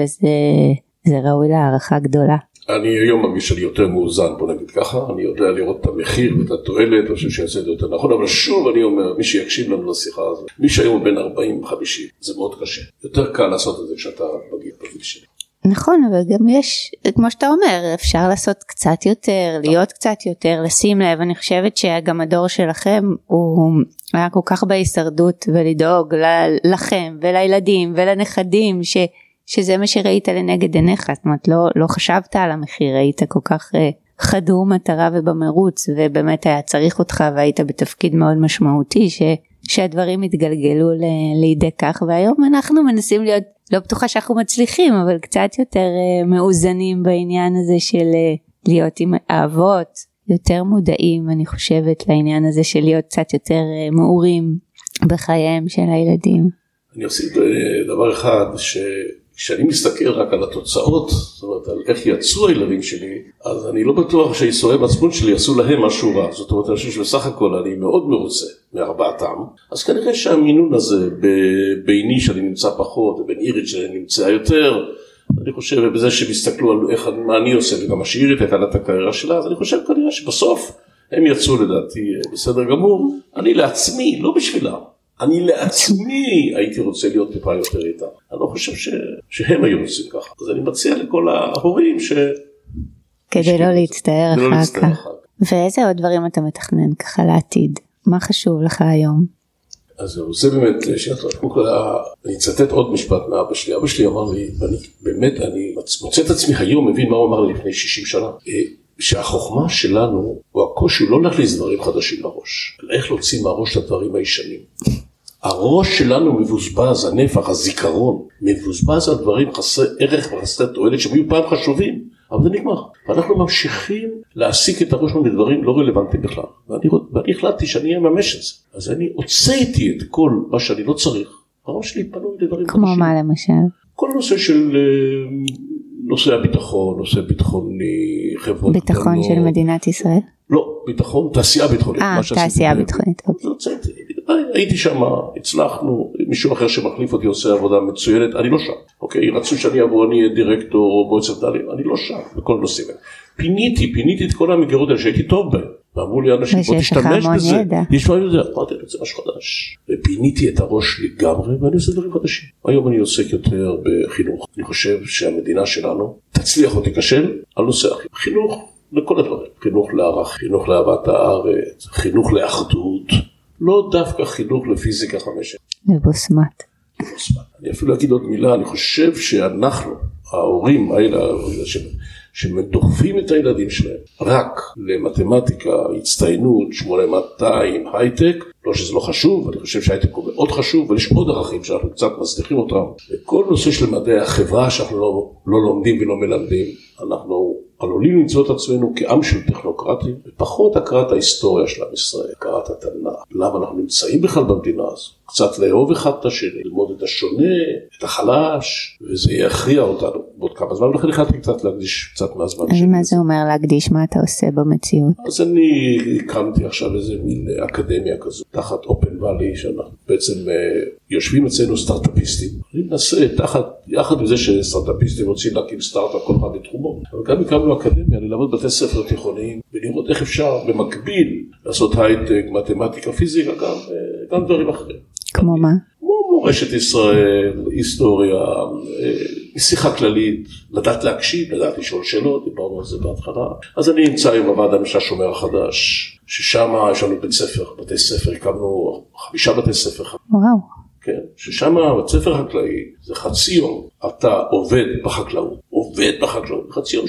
וזה ראוי להערכה גדולה. אני היום מרגיש שאני יותר מאוזן, בוא נגיד ככה, אני יודע לראות את המחיר ואת התועלת, אני חושב שיעשה את זה יותר נכון, אבל שוב אני אומר, מי שיקשיב לנו לשיחה הזאת, מי שהיום הוא בין ארבעים וחמישים, זה מאוד קשה. יותר קל לעשות את זה כשאתה בגיל בגיל שלי. נכון, אבל גם יש, כמו שאתה אומר, אפשר לעשות קצת יותר, להיות קצת יותר, לשים לב. אני חושבת שגם הדור שלכם הוא היה כל כך בהישרדות ולדאוג לכם ולילדים ולנכדים, ש, שזה מה שראית לנגד עיניך. זאת אומרת, לא, לא חשבת על המחיר, היית כל כך חדור מטרה ובמרוץ, ובאמת היה צריך אותך והיית בתפקיד מאוד משמעותי, ש, שהדברים התגלגלו ל, לידי כך, והיום אנחנו מנסים להיות, לא בטוחה שאנחנו מצליחים, אבל קצת יותר uh, מאוזנים בעניין הזה של uh, להיות עם האבות, יותר מודעים, אני חושבת, לעניין הזה של להיות קצת יותר uh, מאורים בחייהם של הילדים. אני אוסיף דבר אחד, שכשאני מסתכל רק על התוצאות, זאת אומרת, על איך יצאו הילדים שלי, אז אני לא בטוח שהיסורי מצפון שלי יעשו להם משהו רע. זאת אומרת, אני חושב שבסך הכל אני מאוד מרוצה מארבעתם, אז כנראה שהמינון הזה ביני שאני נמצא פחות, ובין אירית שאני נמצא יותר, אני חושב, ובזה שהם הסתכלו על איך, מה אני עושה, וגם השאירית הייתה לה את הקריירה שלה, אז אני חושב כנראה שבסוף הם יצאו לדעתי בסדר גמור, אני לעצמי, לא בשבילם. אני לעצמי הייתי רוצה להיות טיפה יותר איתם. אני לא חושב ש... שהם היו עושים ככה. אז אני מציע לכל ההורים ש... כדי לא להצטער אחר כך. ואיזה עוד דברים אתה מתכנן ככה לעתיד? מה חשוב לך היום? אז זהו, זה באמת, אני אצטט עוד משפט מאבא שלי. אבא שלי אמר לי, ואני באמת, אני מוצא את עצמי היום, מבין מה הוא אמר לי לפני שישים שנה, שהחוכמה שלנו, הוא הקושי, הוא לא להכניס דברים חדשים לראש, אלא איך להוציא מהראש את הדברים הישנים. הראש שלנו מבוזבז, הנפח, הזיכרון, מבוזבז על דברים חסרי ערך וחסרי תועלת, שהם היו פעם חשובים, אבל זה נגמר. ואנחנו ממשיכים להעסיק את הראש שלנו לדברים לא רלוונטיים בכלל. ואני, ואני החלטתי שאני אממש את זה. אז אני הוצאתי את כל מה שאני לא צריך. הראש שלי פנוי לדברים כמו חדשים. כמו מה למשל? כל נושא של... נושא הביטחון, נושא ביטחוני, חברות... ביטחון גדולות. של מדינת ישראל? לא, ביטחון, תעשייה ביטחונית. אה, תעשייה ביטחונית. הייתי שם, הצלחנו, מישהו אחר שמחליף אותי עושה עבודה מצוינת, אני לא שם, אוקיי? רצו שאני אבוא, אני אהיה דירקטור או מועצת מנהלים, אני לא שם, בכל נושאים. פיניתי, פיניתי את כל המגירות האלה שהייתי טוב בהן. ואמרו לי אנשים, בוא תשתמש בזה. יש לי ידע. אמרתי, אני רוצה משהו חדש. ופיניתי את הראש לגמרי, ואני עושה דברים חדשים. היום אני עוסק יותר בחינוך. אני חושב שהמדינה שלנו תצליח או תיכשל על נושא החינוך. חינוך לכל הדברים. חינוך לערך, חינוך לאהבת הארץ, חינוך לאחדות. לא דווקא חינוך לפיזיקה חמש. לבוסמת. אני אפילו אגיד עוד מילה, אני חושב שאנחנו, ההורים האלה, שמדוחפים את הילדים שלהם רק למתמטיקה, הצטיינות, שמונה מאתיים, הייטק, לא שזה לא חשוב, אני חושב שהייטק הוא מאוד חשוב, אבל יש עוד ערכים שאנחנו קצת מצליחים אותם. וכל נושא של מדעי החברה שאנחנו לא, לא לומדים ולא מלמדים, אנחנו עלולים למצוא את עצמנו כעם של טכנוקרטים, ופחות הכרת ההיסטוריה של עם ישראל, הכרת התנ"ך. למה אנחנו נמצאים בכלל במדינה הזו? קצת לאהוב אחד את השני, ללמוד את השונה, את החלש, וזה יכריע אותנו בעוד כמה זמן, ולכן החלטתי קצת להקדיש קצת מהזמן שלי. מה זה אומר להקדיש? מה אתה עושה במציאות? אז אני הקמתי עכשיו איזה מין אקדמיה כזו, תחת אופן ואלי, שאנחנו בעצם יושבים אצלנו סטארט-אפיסטים. אני מנסה תחת, יחד מזה שסטארט-אפיסטים רוצים להקים סטארט-אפ כל אחד בתחומו, אבל גם הקמנו אקדמיה, ללמוד בתי ספר תיכוניים, ולראות איך אפשר במקביל לעשות הייטק, מתמטיקה, פיזיקה, גם, גם דברים אחרים. כמו מה? כמו מורשת ישראל, היסטוריה, שיחה כללית, לדעת להקשיב, לדעת לשאול שאלות, דיברנו על זה בהתחלה. אז אני נמצא עם הוועד המשנה שומר החדש, ששם יש לנו בית ספר, בתי ספר, הקמנו חמישה בתי ספר. וואו. כן, ששם בית ספר חקלאי, זה חצי יום, אתה עובד בחקלאות, עובד בחקלאות, חצי יום שני,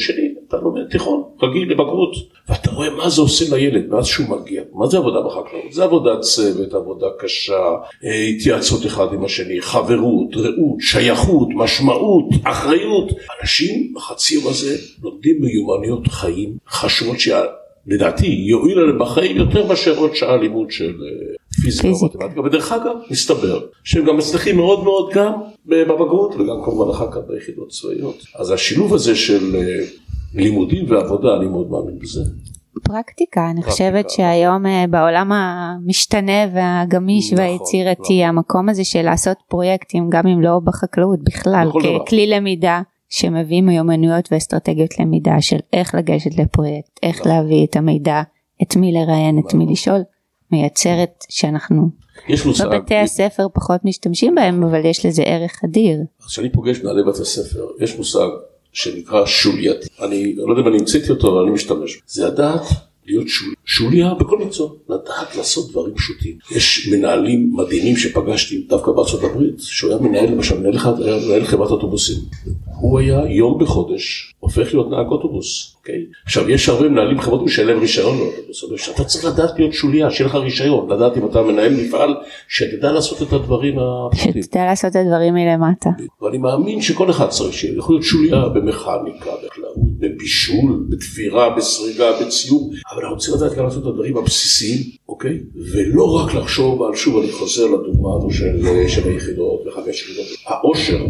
אתה לומד תיכון, רגיל לבגרות, ואתה רואה מה זה עושה לילד, מאז שהוא מגיע. מה זה עבודה בחקלאות? זה עבודת צוות, עבודה קשה, התייעצות אחד עם השני, חברות, רעות, שייכות, משמעות, אחריות. אנשים בחצי יום הזה לומדים מיומנויות חיים חשובות שלדעתי יועיל להם בחיים יותר מאשר עוד שעה לימוד של פיזיקה ומתמטיקה. ודרך אגב, מסתבר שהם גם מצליחים מאוד מאוד גם בבגרות וגם כמובן אחר כך ביחידות צבאיות. אז השילוב הזה של לימודים ועבודה, אני מאוד מאמין בזה. פרקטיקה, אני חושבת שהיום בעולם המשתנה והגמיש והיצירתי, המקום הזה של לעשות פרויקטים, גם אם לא בחקלאות בכלל, ככלי למידה שמביא מיומנויות ואסטרטגיות למידה של איך לגשת לפרויקט, איך להביא את המידע, את מי לראיין, את מי לשאול, מייצרת שאנחנו בבתי הספר פחות משתמשים בהם, אבל יש לזה ערך אדיר. כשאני פוגש מנהלי בתי הספר, יש מושג שנקרא שולייתי. אני לא יודע אם אני המצאתי אותו, אבל אני משתמש. זה לדעת להיות שול, שוליה בכל מקצוע, לדעת לעשות דברים פשוטים. יש מנהלים מדהימים שפגשתי דווקא בארצות הברית, שהוא היה מנהל, למשל, מנהל, היה מנהל חברת אוטובוסים. הוא היה יום בחודש, הופך להיות נהג אוטובוס. אוקיי? עכשיו, יש הרבה מנהלים חברות משלם רישיון לאוטובוס, אבל שאתה צריך לדעת להיות שוליה, שיהיה לך רישיון, לדעת אם אתה מנהל מפעל, שתדע לעשות את הדברים הפשוטים. שתדע לעשות את הדברים מלמטה. ואני מאמין שכל אחד צריך שיהיה, יכול להיות שוליה במכניקה, בחקלאות, בבישול, בתפירה, בסריגה, בציור, אבל אנחנו צריכים לדעת גם לעשות את הדברים הבסיסיים, אוקיי? ולא רק לחשוב על, שוב אני חוזר לדוגמה הזו של, של היחידות וחמש יחידות, העושר,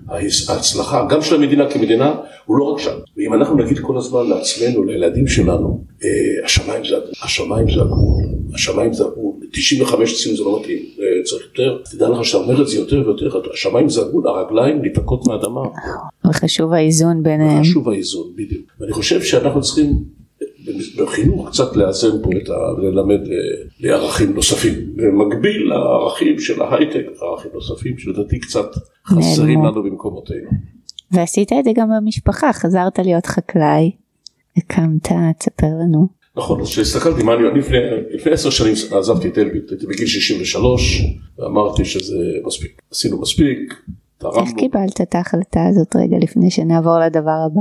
ההצלחה, גם של המדינה כמדינה, הוא לא רק שם. ואם אנחנו נגיד כל הזמן לעצמנו, לילדים שלנו, השמיים זה הגבול, השמיים זה הגבול, השמיים זה הגבול, תשעים וחמש ציון זה לא מתאים, צריך יותר, תדע לך שאתה אומר את זה יותר ויותר, השמיים זה הגבול, הרגליים ניתקות מהאדמה. וחשוב האיזון ביניהם. וחשוב האיזון, בדיוק. ואני חושב שאנחנו צריכים בחינוך קצת לאזן פה את ה... ללמד לערכים נוספים, במקביל לערכים של ההייטק, ערכים נוספים שלדעתי קצת חסרים לנו במקומותינו. ועשית את זה גם במשפחה, חזרת להיות חקלאי, הקמת, תספר לנו. נכון, אז כשהסתכלתי מה אני, לפני, לפני עשר שנים עזבתי את אלביט, הייתי בגיל שישים ושלוש, ואמרתי שזה מספיק. עשינו מספיק, תרמנו. איך קיבלת את ההחלטה הזאת רגע לפני שנעבור לדבר הבא?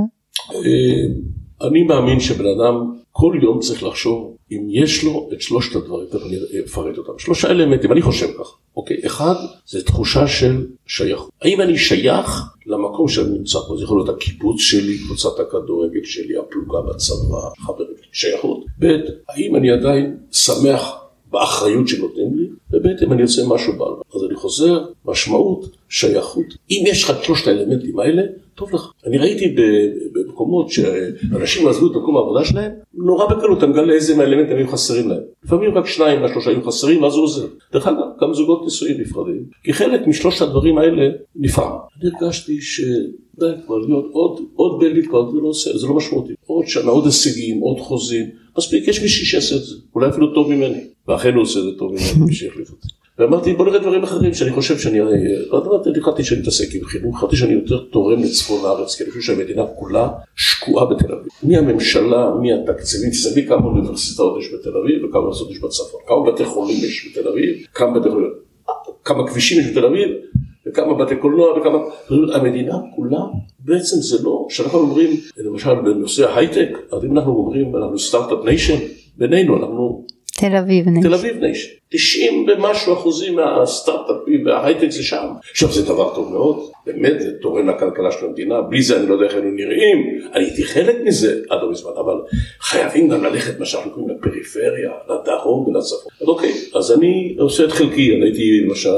אני מאמין שבן אדם כל יום צריך לחשוב אם יש לו את שלושת הדברים, אני אפרט אותם, שלושה אלמנטים, אני חושב כך, אוקיי, אחד זה תחושה של שייכות, האם אני שייך למקום שאני נמצא פה, זה יכול להיות הקיבוץ שלי, קבוצת הכדורגל שלי, הפלוגה בצבא, חברים, שייכות, ב' האם אני עדיין שמח באחריות שנותנים לי, וב' אם אני עושה משהו בעל, אז אני חוזר, משמעות, שייכות, אם יש לך את שלושת האלמנטים האלה, טוב לך. אני ראיתי במקומות שאנשים עזבו את מקום העבודה שלהם, נורא בקלות, אתה מגלה איזה מהאלמנטים היו חסרים להם. לפעמים רק שניים מהשלושה היו חסרים, אז הוא עוזר. דרך אגב, גם זוגות נשואים נפרדים. כי חלק משלושת הדברים האלה נפעם. אני הרגשתי שדי כבר להיות עוד, עוד בלית כבר, זה לא עושה, זה לא משמעותי. עוד שנה, עוד הישגים, עוד חוזים. מספיק, יש מישהי שעשה את זה. אולי אפילו טוב ממני. ואכן הוא עושה את זה טוב ממני, מי שיחליף אותי. ואמרתי, בוא נראה דברים אחרים שאני חושב שאני, לא יודעת, החלטתי שאני מתעסק עם חינוך, החלטתי שאני יותר תורם לצפון הארץ, כי אני חושב שהמדינה כולה שקועה בתל אביב. מי הממשלה, מי התקציבים, תסתכלי כמה אוניברסיטאות יש בתל אביב וכמה אוניברסיטאות יש בצפון, כמה בתי חולים יש בתל אביב, כמה בתי חולים, כמה כבישים יש בתל אביב, וכמה בתי קולנוע, וכמה, המדינה כולה, בעצם זה לא, שאנחנו אומרים, למשל בנושא ההייטק, אז אם אנחנו אומרים, אנחנו סטארט-אפ ניישן, בינינו אנחנו תל אביב ניישן. תל אביב ניישן. תשעים ומשהו אחוזים מהסטארט-אפים וההייטק זה שם. עכשיו זה דבר טוב מאוד, באמת זה תורם לכלכלה של המדינה, בלי זה אני לא יודע איך היינו נראים, אני הייתי חלק מזה עד לא מזמן, אבל חייבים גם ללכת מה שאנחנו קוראים לפריפריה, לדרום ולצפון. אז אוקיי, אז אני עושה את חלקי, אני הייתי למשל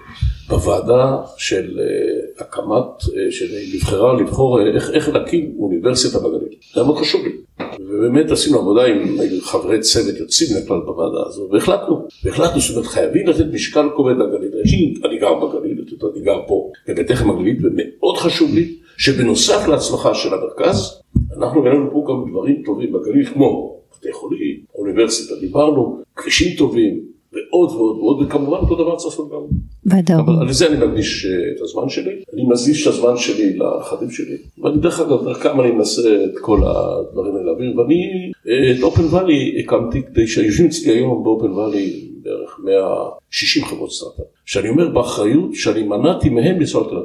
בוועדה של הקמת, שנבחרה לבחור איך, איך להקים אוניברסיטה בגליל. זה מאוד חשוב לי. ובאמת עשינו עבודה עם חברי צוות יוצאים לכלל בוועדה הזו, והחלטנו, והחלטנו זאת אומרת חייבים לתת משקל כובד לגליל. אני גר בגליל, אני גר פה בבית הגליל, ומאוד חשוב לי שבנוסף להצלחה של המרכז, אנחנו ראינו פה גם דברים טובים בגליל, כמו בתי חולים, אוניברסיטה, דיברנו, כבישים טובים, ועוד ועוד ועוד, וכמובן אותו דבר צריך לעשות גם. בדרום. אבל לזה אני מקדיש את הזמן שלי, אני מזיש את הזמן שלי לחדים שלי, ואני דרך אגב, דרכם אני מנסה את כל הדברים האלה להעביר, ואני את אופן ואלי הקמתי, כדי שיושבים אצלי היום באופן ואלי בערך מאה ושישים חברות סטארט-אפ, שאני אומר באחריות שאני מנעתי מהם לנסוע לתל אביב.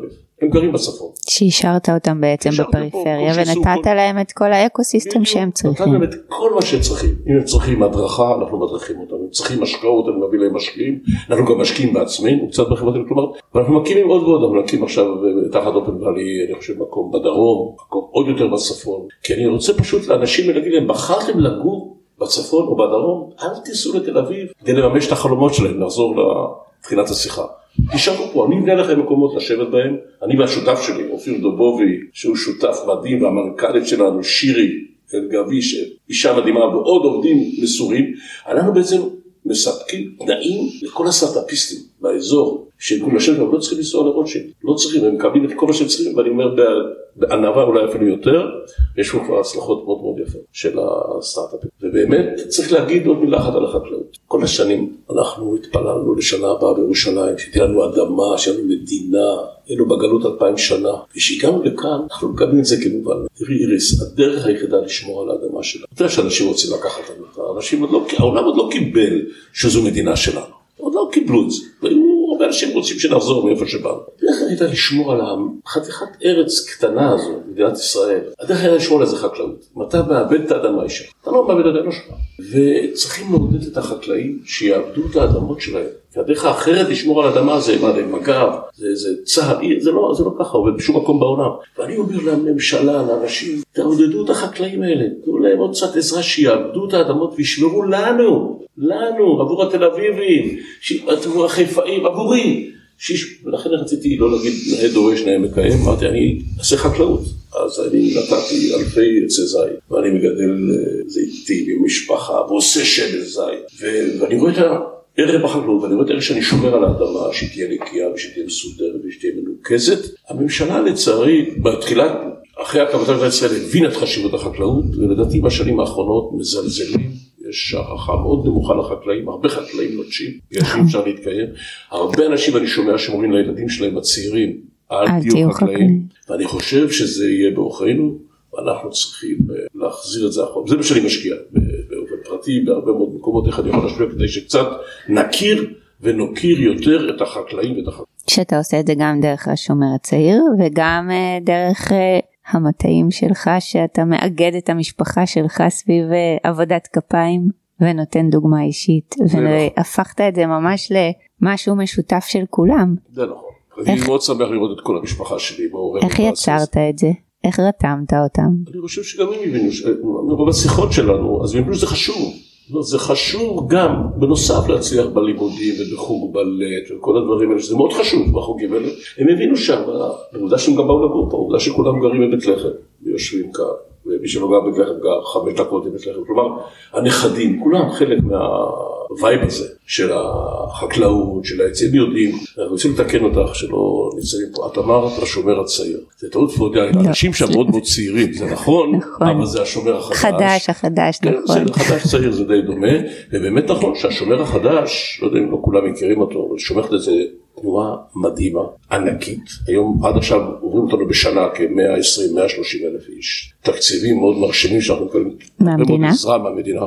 הם גרים בצפון. שהשארת אותם בעצם בפריפריה, ונתת להם את כל האקוסיסטם שהם צריכים. נתת להם את כל מה שהם צריכים. אם הם צריכים הדרכה, אנחנו מדרכים אותם. אם צריכים השקעות, הם מביא להם משקיעים. אנחנו גם משקיעים בעצמנו, קצת בחברתנו. כלומר, ואנחנו מקימים עוד ועוד, אנחנו מקים עכשיו תחת אופן ואלי, אני חושב, מקום בדרום, מקום עוד יותר בצפון. כי אני רוצה פשוט לאנשים להגיד להם, בחרתם לגור בצפון או בדרום, אל תיסעו לתל אביב, כדי לממש את החלומות שלהם, לחזור לתחילת השיחה. תשארו פה, אני אבנה לכם מקומות לשבת בהם, אני והשותף שלי, אופיר דובובי, שהוא שותף מדהים, והמנכ"לית שלנו, שירי אלגביש, אישה מדהימה, ועוד עובדים מסורים, אנחנו בעצם מספקים תנאים לכל הסטארט-אפיסטים באזור, שהם לשבת, אבל לא צריכים לנסוע לרוטשילד, לא צריכים, הם מקבלים את כל מה שהם צריכים, ואני אומר בענווה אולי אפילו יותר, יש פה כבר הצלחות מאוד מאוד יפה של הסטארט-אפים. ובאמת צריך להגיד עוד מילה אחת על החקלאות. כל השנים אנחנו התפללנו לשנה הבאה בירושלים, שתהיה לנו אדמה, שתהיה לנו מדינה, היינו בגלות אלפיים שנה, ושהגענו לכאן, אנחנו מקבלים את זה כמובן. תראי איריס, הדרך היחידה לשמור על האדמה שלנו. אתה יודע שאנשים רוצים לקחת אותה, אנשים עוד לא, העולם עוד לא קיבל שזו מדינה שלנו. עוד לא קיבלו את זה, והיו הרבה אנשים רוצים שנחזור מאיפה שבאנו. הדרך הייתה לשמור על חתיכת ארץ קטנה הזו, מדינת ישראל. הדרך הייתה לשמור על איזה חקלאות. אם אתה מאבד את האדמה אישה, אתה לא מאבד את האדמה שלך. וצריכים לעודד את החקלאים שיעבדו את האדמות שלהם. והדרך האחרת לשמור על האדמה זה מה, מג"ב, זה, זה צה"ל, זה לא, זה לא ככה, עובד בשום מקום בעולם. ואני אומר לממשלה, לאנשים, תעודדו את החקלאים האלה, תנו להם עוד קצת עזרה שיעבדו את האדמות וישמרו לנו, לנו, עבור התל אביבים, עבור החיפאים, עבורי. שיש, ולכן רציתי לא להגיד נאה דורש נאה מקיים, אמרתי אני אעשה חקלאות, אז אני נתתי אלפי עצי זית, ואני מגדל זיתים עם משפחה, ועושה שמן זית, ו- ואני רואה את הערב בחקלאות, ואני רואה את הערב שאני שומר על האדמה, שתהיה נקייה ושתהיה מסודרת ושתהיה מנוקזת. הממשלה לצערי, בתחילת, אחרי הקמתה של ישראל, הבינה את חשיבות החקלאות, ולדעתי בשנים האחרונות מזלזלים, יש הערכה מאוד נמוכה לחקלאים, הרבה חקלאים נוטשים, יש אפשר להתקיים. הרבה אנשים אני שומע שאומרים לילדים שלהם הצעירים, אל תהיו חקלאים, ואני חושב שזה יהיה באוכרינו, ואנחנו צריכים להחזיר את זה אחורה. זה מה שאני משקיע, באופן פרטי, בהרבה מאוד מקומות, איך אני יכול להשפיע כדי שקצת נכיר ונוקיר יותר את החקלאים ואת החקלאים. שאתה עושה את זה גם דרך השומר הצעיר, וגם דרך המטעים שלך, שאתה מאגד את המשפחה שלך סביב עבודת כפיים, ונותן דוגמה אישית, והפכת את זה ממש למשהו משותף של כולם. זה נכון. אני מאוד שמח לראות את כל המשפחה שלי. איך יצרת את זה? איך רתמת אותם? אני חושב שגם הם הבינו, מרוב השיחות שלנו, אז הם הבינו שזה חשוב. זה חשוב גם בנוסף להצליח בלימודים ובחוג בלט וכל הדברים האלה, שזה מאוד חשוב בחוגים האלה. הם הבינו שם, בעובדה שהם גם באו לגור פה, בעובדה שכולם גרים בבית לחם ויושבים כאן, ומי שלא גר בבית לחם גר חמש דקות בבית לחם. כלומר, הנכדים, כולם חלק מהווייב הזה של החקלאות, של העצים יודעים. אנחנו רוצים לתקן אותך שלא נמצאים פה. את אמרת השומר הצעיר. זה טעות פלודיאלית, האנשים שם מאוד מאוד צעירים, זה נכון, אבל זה השומר החדש. חדש, החדש, נכון. זה חדש צעיר, זה די דומה, ובאמת נכון שהשומר החדש, לא יודע אם לא כולם מכירים אותו, אבל שומר את זה תנועה מדהימה, ענקית. היום עד עכשיו עוברים אותנו בשנה כ-מאה ועשרים עד מאה ושלושים אלף איש. תקציבים מאוד מרשימים שאנחנו מקבלים. מהמדינה? עזרה מהמדינה.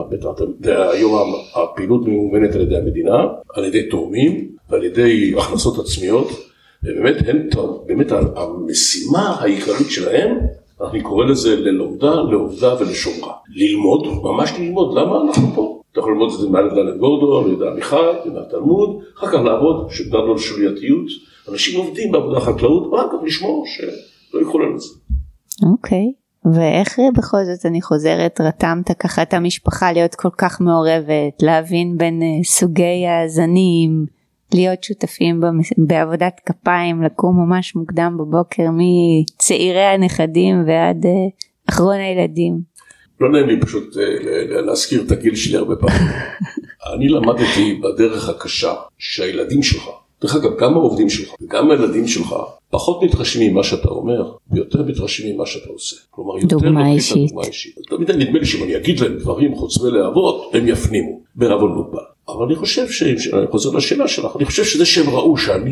היום הפעילות ממומנת על ידי המדינה, על ידי תורמים, ועל ידי הכנסות עצמיות, ובאמת הם, באמת המשימה העיקרית שלהם, אני קורא לזה ללומדה, לעובדה ולשומרה. ללמוד, ממש ללמוד, למה אנחנו פה? אתה יכול ללמוד את זה מעל דלת גורדו, לידע עמיחי, מהתלמוד, אחר כך לעבוד, שגדלנו לשולייתיות. אנשים עובדים בעבודה חקלאות, ואחר כך לשמור שלא יקחו לנו את זה. אוקיי, ואיך בכל זאת אני חוזרת, רתמת ככה את המשפחה להיות כל כך מעורבת, להבין בין סוגי הזנים, להיות שותפים בעבודת כפיים, לקום ממש מוקדם בבוקר, מצעירי הנכדים ועד אחרון הילדים. לא נעים לי פשוט להזכיר את הגיל שלי הרבה פעמים. אני למדתי בדרך הקשה שהילדים שלך, דרך אגב, גם העובדים שלך וגם הילדים שלך, פחות מתרשמים ממה שאתה אומר, ויותר מתרשמים ממה שאתה עושה. כלומר, יותר דוגמה אישית. דוגמה אישית. תמיד נדמה לי שאם אני אגיד להם דברים חוץ מלהבות, הם יפנימו, בערבון מוגבל. אבל אני חושב, שאני חוזר לשאלה שלך, אני חושב שזה שהם ראו שאני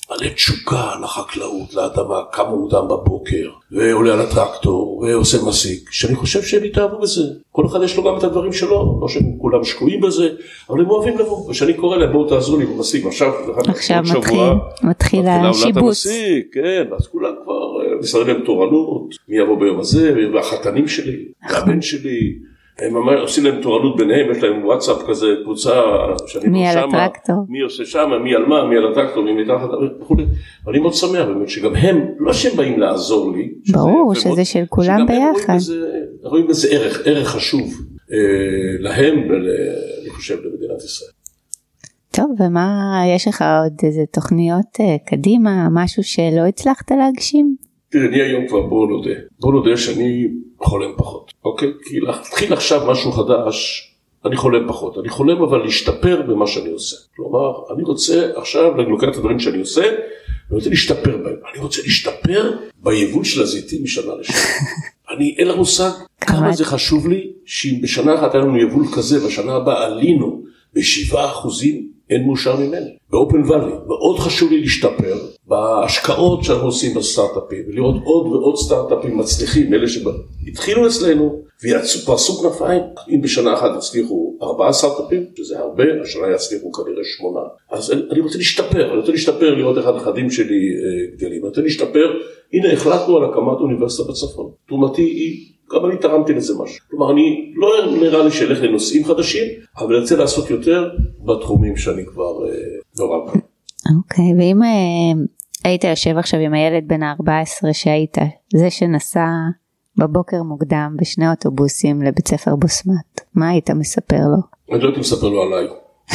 מלא תשוקה לחקלאות, לאדמה, קם מוקדם בבוקר, ועולה על הטרקטור, ועושה מסיק, שאני חושב שהם יתאהבו בזה. כל אחד יש לו גם את הדברים שלו, לא שהם כולם שקועים בזה, אבל הם אוהבים לבוא. ושאני קורא להם, בואו תעזרו לי במסיק, עכשיו, עכשיו מתחיל, שבוע, מתחיל השיבוץ. המסיק, כן, אז כולם כבר, מסתכל להם תורנות, מי יבוא ביום הזה, והחתנים שלי, והבן שלי, הם עושים להם תורנות ביניהם, יש להם וואטסאפ כזה, קבוצה, מי על הטרקטור, מי עושה שם, מי על מה, מי על הטרקטור, מי מתחת, וכו'. ואני מאוד שמח, באמת, שגם הם, לא שהם באים לעזור לי, ברור, שזה של כולם ביחד. רואים בזה ערך, ערך חשוב להם, ואני חושב, למדינת ישראל. טוב, ומה, יש לך עוד איזה תוכניות קדימה, משהו שלא הצלחת להגשים? תראה, אני היום כבר בואו נודה, בואו נודה שאני חולם פחות, אוקיי? כי להתחיל עכשיו משהו חדש, אני חולם פחות, אני חולם אבל להשתפר במה שאני עושה. כלומר, אני רוצה עכשיו, אני לוקח את הדברים שאני עושה, אני רוצה להשתפר בהם, אני רוצה להשתפר ביבול של הזיתים משנה לשנה. אני, אין לך מושג כמה זה חשוב לי, שאם בשנה אחת היה לנו יבול כזה, בשנה הבאה עלינו בשבעה אחוזים, אין מאושר ממני. באופן ואלי, מאוד חשוב לי להשתפר בהשקעות שאנחנו עושים בסטארט-אפים, ולראות עוד ועוד סטארט-אפים מצליחים, אלה שהתחילו אצלנו, ויצאו כנפיים. אם בשנה אחת הצליחו ארבעה סטארט-אפים, שזה הרבה, השנה יצליחו כנראה שמונה. אז אני, אני רוצה להשתפר, אני רוצה להשתפר, לראות איך הנכדים שלי אה, גדלים. אני רוצה להשתפר, הנה החלטנו על הקמת אוניברסיטה בצפון. תרומתי היא, גם אני תרמתי לזה משהו. כלומר, אני לא נראה לי שאלך לנושאים חדשים, אבל אני רוצה לעשות יותר בתחומים שאני כבר אה, נורא פעם. אוקיי, ואם אה, היית יושב עכשיו עם הילד בן ה-ארבע עשרה שהיית, זה שנסע בבוקר מוקדם בשני אוטובוסים לבית ספר בוסמת, מה היית מספר לו? אני לא הייתי מספר לו עליי.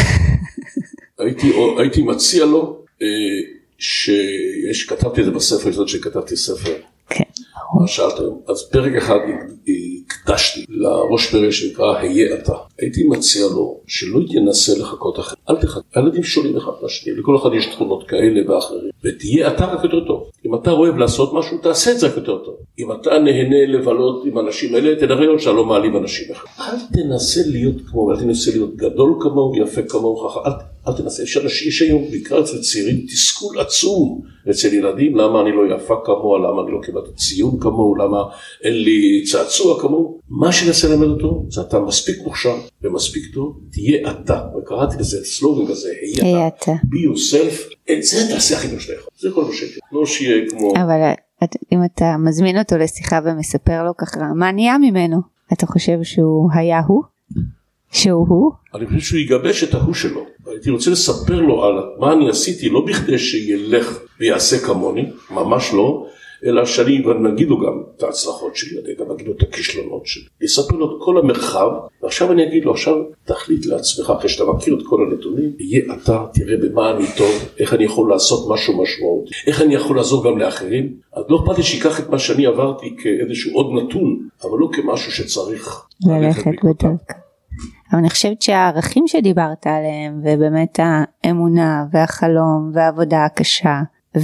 הייתי, הייתי מציע לו אה, שיש, כתבתי את זה בספר, זאת שכתבתי ספר. כן. מה שאלת היום? אז פרק אחד הקדשתי לראש פרק שנקרא היה אתה. הייתי מציע לו שלא ינסה לחכות אחר. אל תחכה. הילדים שולים אחד לשני, לכל אחד יש תכונות כאלה ואחרים. ותהיה אתה רק יותר טוב. אם אתה אוהב לעשות משהו, תעשה את זה רק יותר טוב. אם אתה נהנה לבלות עם אנשים האלה, תדרי עוד שאתה לא מעליב אנשים אחרים. אל תנסה להיות כמו, אל תנסה להיות גדול כמוהו, יפה כמוהו, אל, אל תנסה. יש אנשים, יש היום, בעיקר אצל צעירים, תסכול עצום אצל ילדים, למה אני לא יפה כמוהו, למה אני לא קיבלתי ציון כמוהו, למה אין לי צעצוע כמוהו. מה שנסה ללמד אותו, זה אתה מספיק מוכשר ומספיק טוב, תהיה אתה. וקראתי לזה, סלוגן כזה, היה אתה. be yourself, את זה תעשה הכי משלך. זה כל מה שקרה. לא שיהיה כמו... אבל אם אתה מזמין אותו לשיחה ומספר לו ככה, מה נהיה ממנו? אתה חושב שהוא היה הוא? שהוא הוא? אני חושב שהוא יגבש את ההוא שלו. הייתי רוצה לספר לו על מה אני עשיתי, לא בכדי שילך ויעשה כמוני, ממש לא, אלא שאני נגיד לו גם את ההצלחות שלי, אני גם נגיד לו את הכישלונות שלי. יספר לו את כל המרחב, ועכשיו אני אגיד לו, עכשיו תחליט לעצמך, אחרי שאתה מכיר את כל הנתונים, יהיה אתה, תראה במה אני טוב, איך אני יכול לעשות משהו משמעותי, איך אני יכול לעזור גם לאחרים. אז לא אכפת לי שיקח את מה שאני עברתי כאיזשהו עוד נתון, אבל לא כמשהו שצריך ללכת בדרכם. אבל אני חושבת שהערכים שדיברת עליהם, ובאמת האמונה והחלום והעבודה הקשה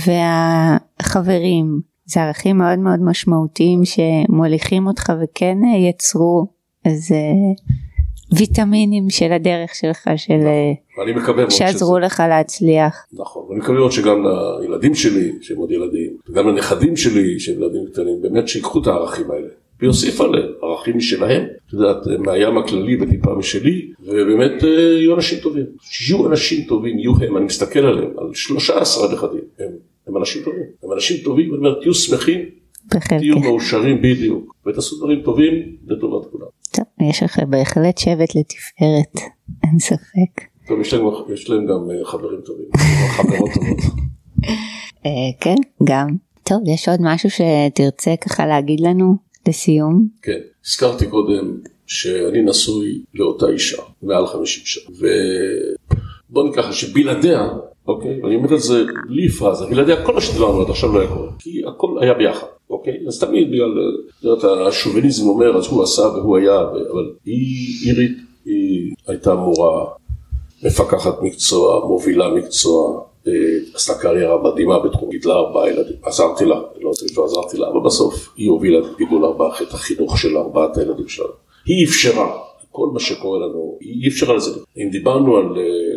והחברים, זה ערכים מאוד מאוד משמעותיים שמוליכים אותך וכן יצרו איזה ויטמינים של הדרך שלך, של שעזרו לך להצליח. נכון, ואני מקווה מאוד שגם לילדים שלי, שהם עוד ילדים, וגם לנכדים שלי, שהם ילדים קטנים, באמת שיקחו את הערכים האלה. ויוסיף עליהם, ערכים משלהם, את יודעת, מהים הכללי וטיפה משלי, ובאמת יהיו אנשים טובים. שיהיו אנשים טובים, יהיו הם, אני מסתכל עליהם, על שלושה עשרה נכדים, הם, הם אנשים טובים. הם אנשים טובים, ואני אומר, תהיו שמחים, תהיו מאושרים בדיוק, ותעשו דברים טובים לטובת כולם. טוב, יש לך בהחלט שבט לתפארת, אין ספק. טוב, יש להם, יש להם גם חברים טובים, חברות טובות. כן, גם. טוב, יש עוד משהו שתרצה ככה להגיד לנו? לסיום. כן, הזכרתי קודם שאני נשוי לאותה אישה, מעל חמישים שנה, ובוא ניקח שבלעדיה, אוקיי, אני אומר את זה בלי פרזה, בלעדיה כל מה שדברנו עד עכשיו לא היה קורה, כי הכל היה ביחד, אוקיי, אז תמיד בגלל השוביניזם אומר, אז הוא עשה והוא היה, אבל היא עירית, היא הייתה מורה, מפקחת מקצוע, מובילה מקצוע, עשתה קריירה מדהימה בתחום, גידלה ארבעה ילדים, עזרתי לה, לא רוצה שלא עזרתי לה, אבל בסוף היא הובילה את גידול ארבעה, את החינוך של ארבעת הילדים שלנו. היא אפשרה, כל מה שקורה לנו, היא אפשרה לזה. אם דיברנו על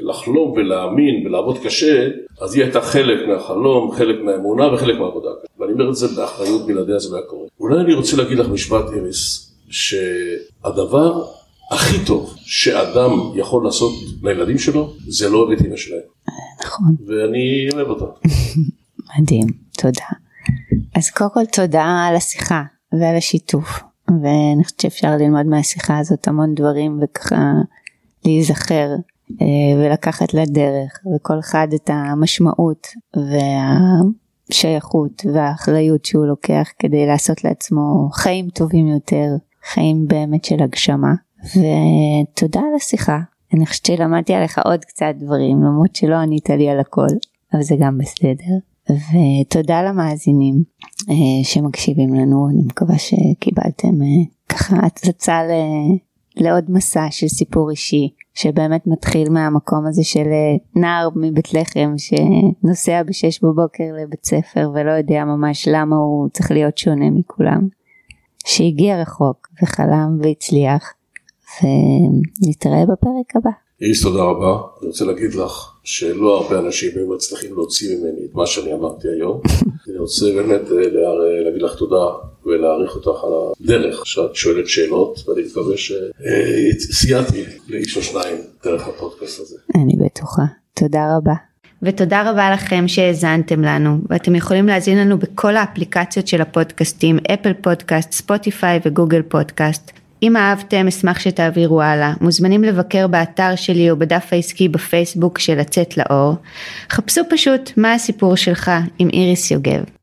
לחלום ולהאמין ולעבוד קשה, אז היא הייתה חלק מהחלום, חלק מהאמונה וחלק מהעבודה. ואני אומר את זה באחריות, בלעדיה זה לא היה קורה. אולי אני רוצה להגיד לך משפט, איריס, שהדבר הכי טוב שאדם יכול לעשות לילדים שלו, זה לא אוהב את אמא שלהם. נכון. ואני אוהב אותה. מדהים, תודה. אז קודם כל תודה על השיחה ועל השיתוף, ואני חושבת שאפשר ללמוד מהשיחה הזאת המון דברים, וככה להיזכר ולקחת לדרך, וכל אחד את המשמעות והשייכות והאחריות שהוא לוקח כדי לעשות לעצמו חיים טובים יותר, חיים באמת של הגשמה. ותודה על השיחה. אני חושבת שלמדתי עליך עוד קצת דברים, למרות שלא ענית לי על הכל, אבל זה גם בסדר. ותודה למאזינים שמקשיבים לנו. אני מקווה שקיבלתם ככה הצצה לעוד מסע של סיפור אישי, שבאמת מתחיל מהמקום הזה של נער מבית לחם שנוסע בשש בבוקר לבית ספר ולא יודע ממש למה הוא צריך להיות שונה מכולם, שהגיע רחוק וחלם והצליח. ונתראה בפרק הבא. איריס, תודה רבה. אני רוצה להגיד לך שלא הרבה אנשים היו מצליחים להוציא ממני את מה שאני אמרתי היום. אני רוצה באמת להגיד לך תודה ולהעריך אותך על הדרך שאת שואלת שאלות, ואני מקווה שסייעתי לאיש או שניים דרך הפודקאסט הזה. אני בטוחה. תודה רבה. ותודה רבה לכם שהאזנתם לנו, ואתם יכולים להאזין לנו בכל האפליקציות של הפודקאסטים, אפל פודקאסט, ספוטיפיי וגוגל פודקאסט. אם אהבתם, אשמח שתעבירו הלאה. מוזמנים לבקר באתר שלי או בדף העסקי בפייסבוק של לצאת לאור. חפשו פשוט מה הסיפור שלך עם איריס יוגב.